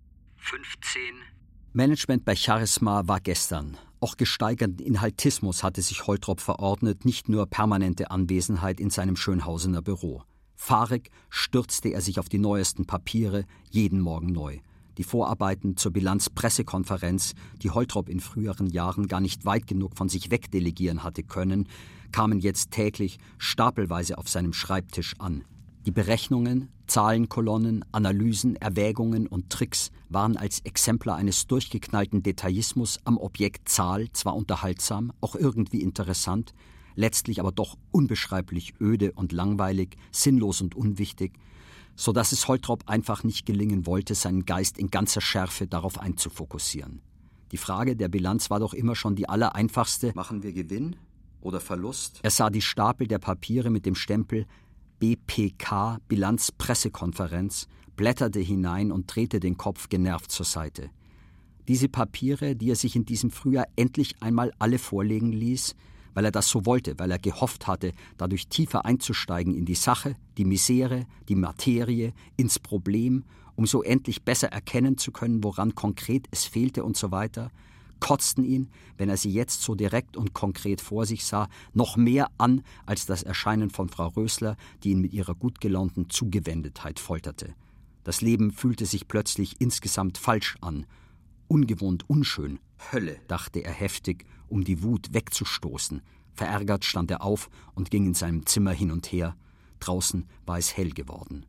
fünfzehn. Management bei Charisma war gestern. Auch gesteigerten Inhaltismus hatte sich Holtrop verordnet, nicht nur permanente Anwesenheit in seinem Schönhausener Büro. Fahrig stürzte er sich auf die neuesten Papiere, jeden Morgen neu. Die Vorarbeiten zur Bilanzpressekonferenz, die Holtrop in früheren Jahren gar nicht weit genug von sich wegdelegieren hatte können, kamen jetzt täglich stapelweise auf seinem Schreibtisch an. Die Berechnungen, Zahlenkolonnen, Analysen, Erwägungen und Tricks waren als Exemplar eines durchgeknallten Detailismus am Objekt Zahl zwar unterhaltsam, auch irgendwie interessant, letztlich aber doch unbeschreiblich öde und langweilig, sinnlos und unwichtig, so dass es Holtrop einfach nicht gelingen wollte, seinen Geist in ganzer Schärfe darauf einzufokussieren. Die Frage der Bilanz war doch immer schon die allereinfachste. Machen wir Gewinn oder Verlust? Er sah die Stapel der Papiere mit dem Stempel B P K Bilanzpressekonferenz, blätterte hinein und drehte den Kopf genervt zur Seite. Diese Papiere, die er sich in diesem Frühjahr endlich einmal alle vorlegen ließ, weil er das so wollte, weil er gehofft hatte, dadurch tiefer einzusteigen in die Sache, die Misere, die Materie, ins Problem, um so endlich besser erkennen zu können, woran konkret es fehlte und so weiter, kotzten ihn, wenn er sie jetzt so direkt und konkret vor sich sah, noch mehr an als das Erscheinen von Frau Rösler, die ihn mit ihrer gut gelaunten Zugewendetheit folterte. Das Leben fühlte sich plötzlich insgesamt falsch an, ungewohnt unschön. Hölle, dachte er heftig, um die Wut wegzustoßen. Verärgert stand er auf und ging in seinem Zimmer hin und her. Draußen war es hell geworden.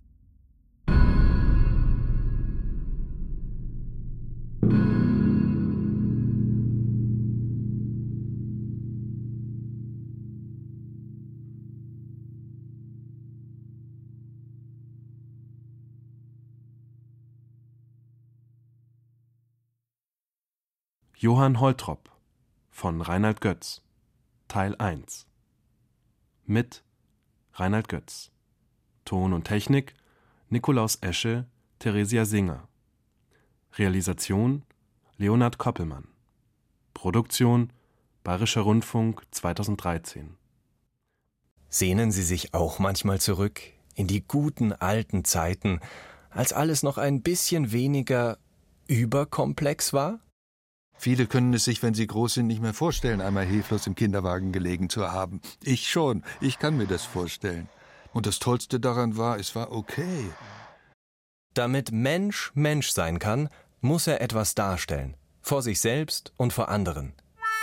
Johann Holtrop von Reinhard Götz, Teil eins. Mit Reinhard Götz. Ton und Technik Nikolaus Esche, Theresia Singer. Realisation Leonhard Koppelmann. Produktion Bayerischer Rundfunk zweitausenddreizehn. Sehnen Sie sich auch manchmal zurück in die guten alten Zeiten, als alles noch ein bisschen weniger überkomplex war? Viele können es sich, wenn sie groß sind, nicht mehr vorstellen, einmal hilflos im Kinderwagen gelegen zu haben. Ich schon, ich kann mir das vorstellen. Und das Tollste daran war, es war okay. Damit Mensch Mensch sein kann, muss er etwas darstellen. Vor sich selbst und vor anderen.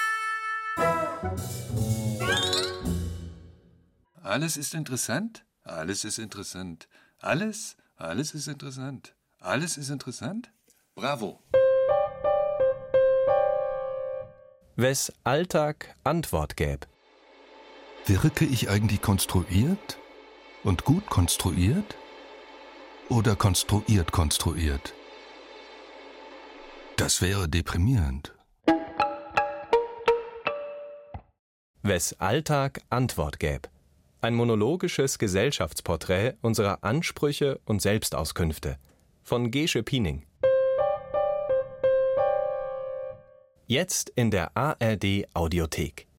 Alles ist interessant, alles ist interessant. Alles, alles ist interessant. Alles ist interessant? Bravo! Wes Alltag Antwort gäb. Wirke ich eigentlich konstruiert? Und gut konstruiert? Oder konstruiert konstruiert? Das wäre deprimierend. Wes Alltag Antwort gäb. Ein monologisches Gesellschaftsporträt unserer Ansprüche und Selbstauskünfte. Von Gesche Piening. Jetzt in der A R D Audiothek.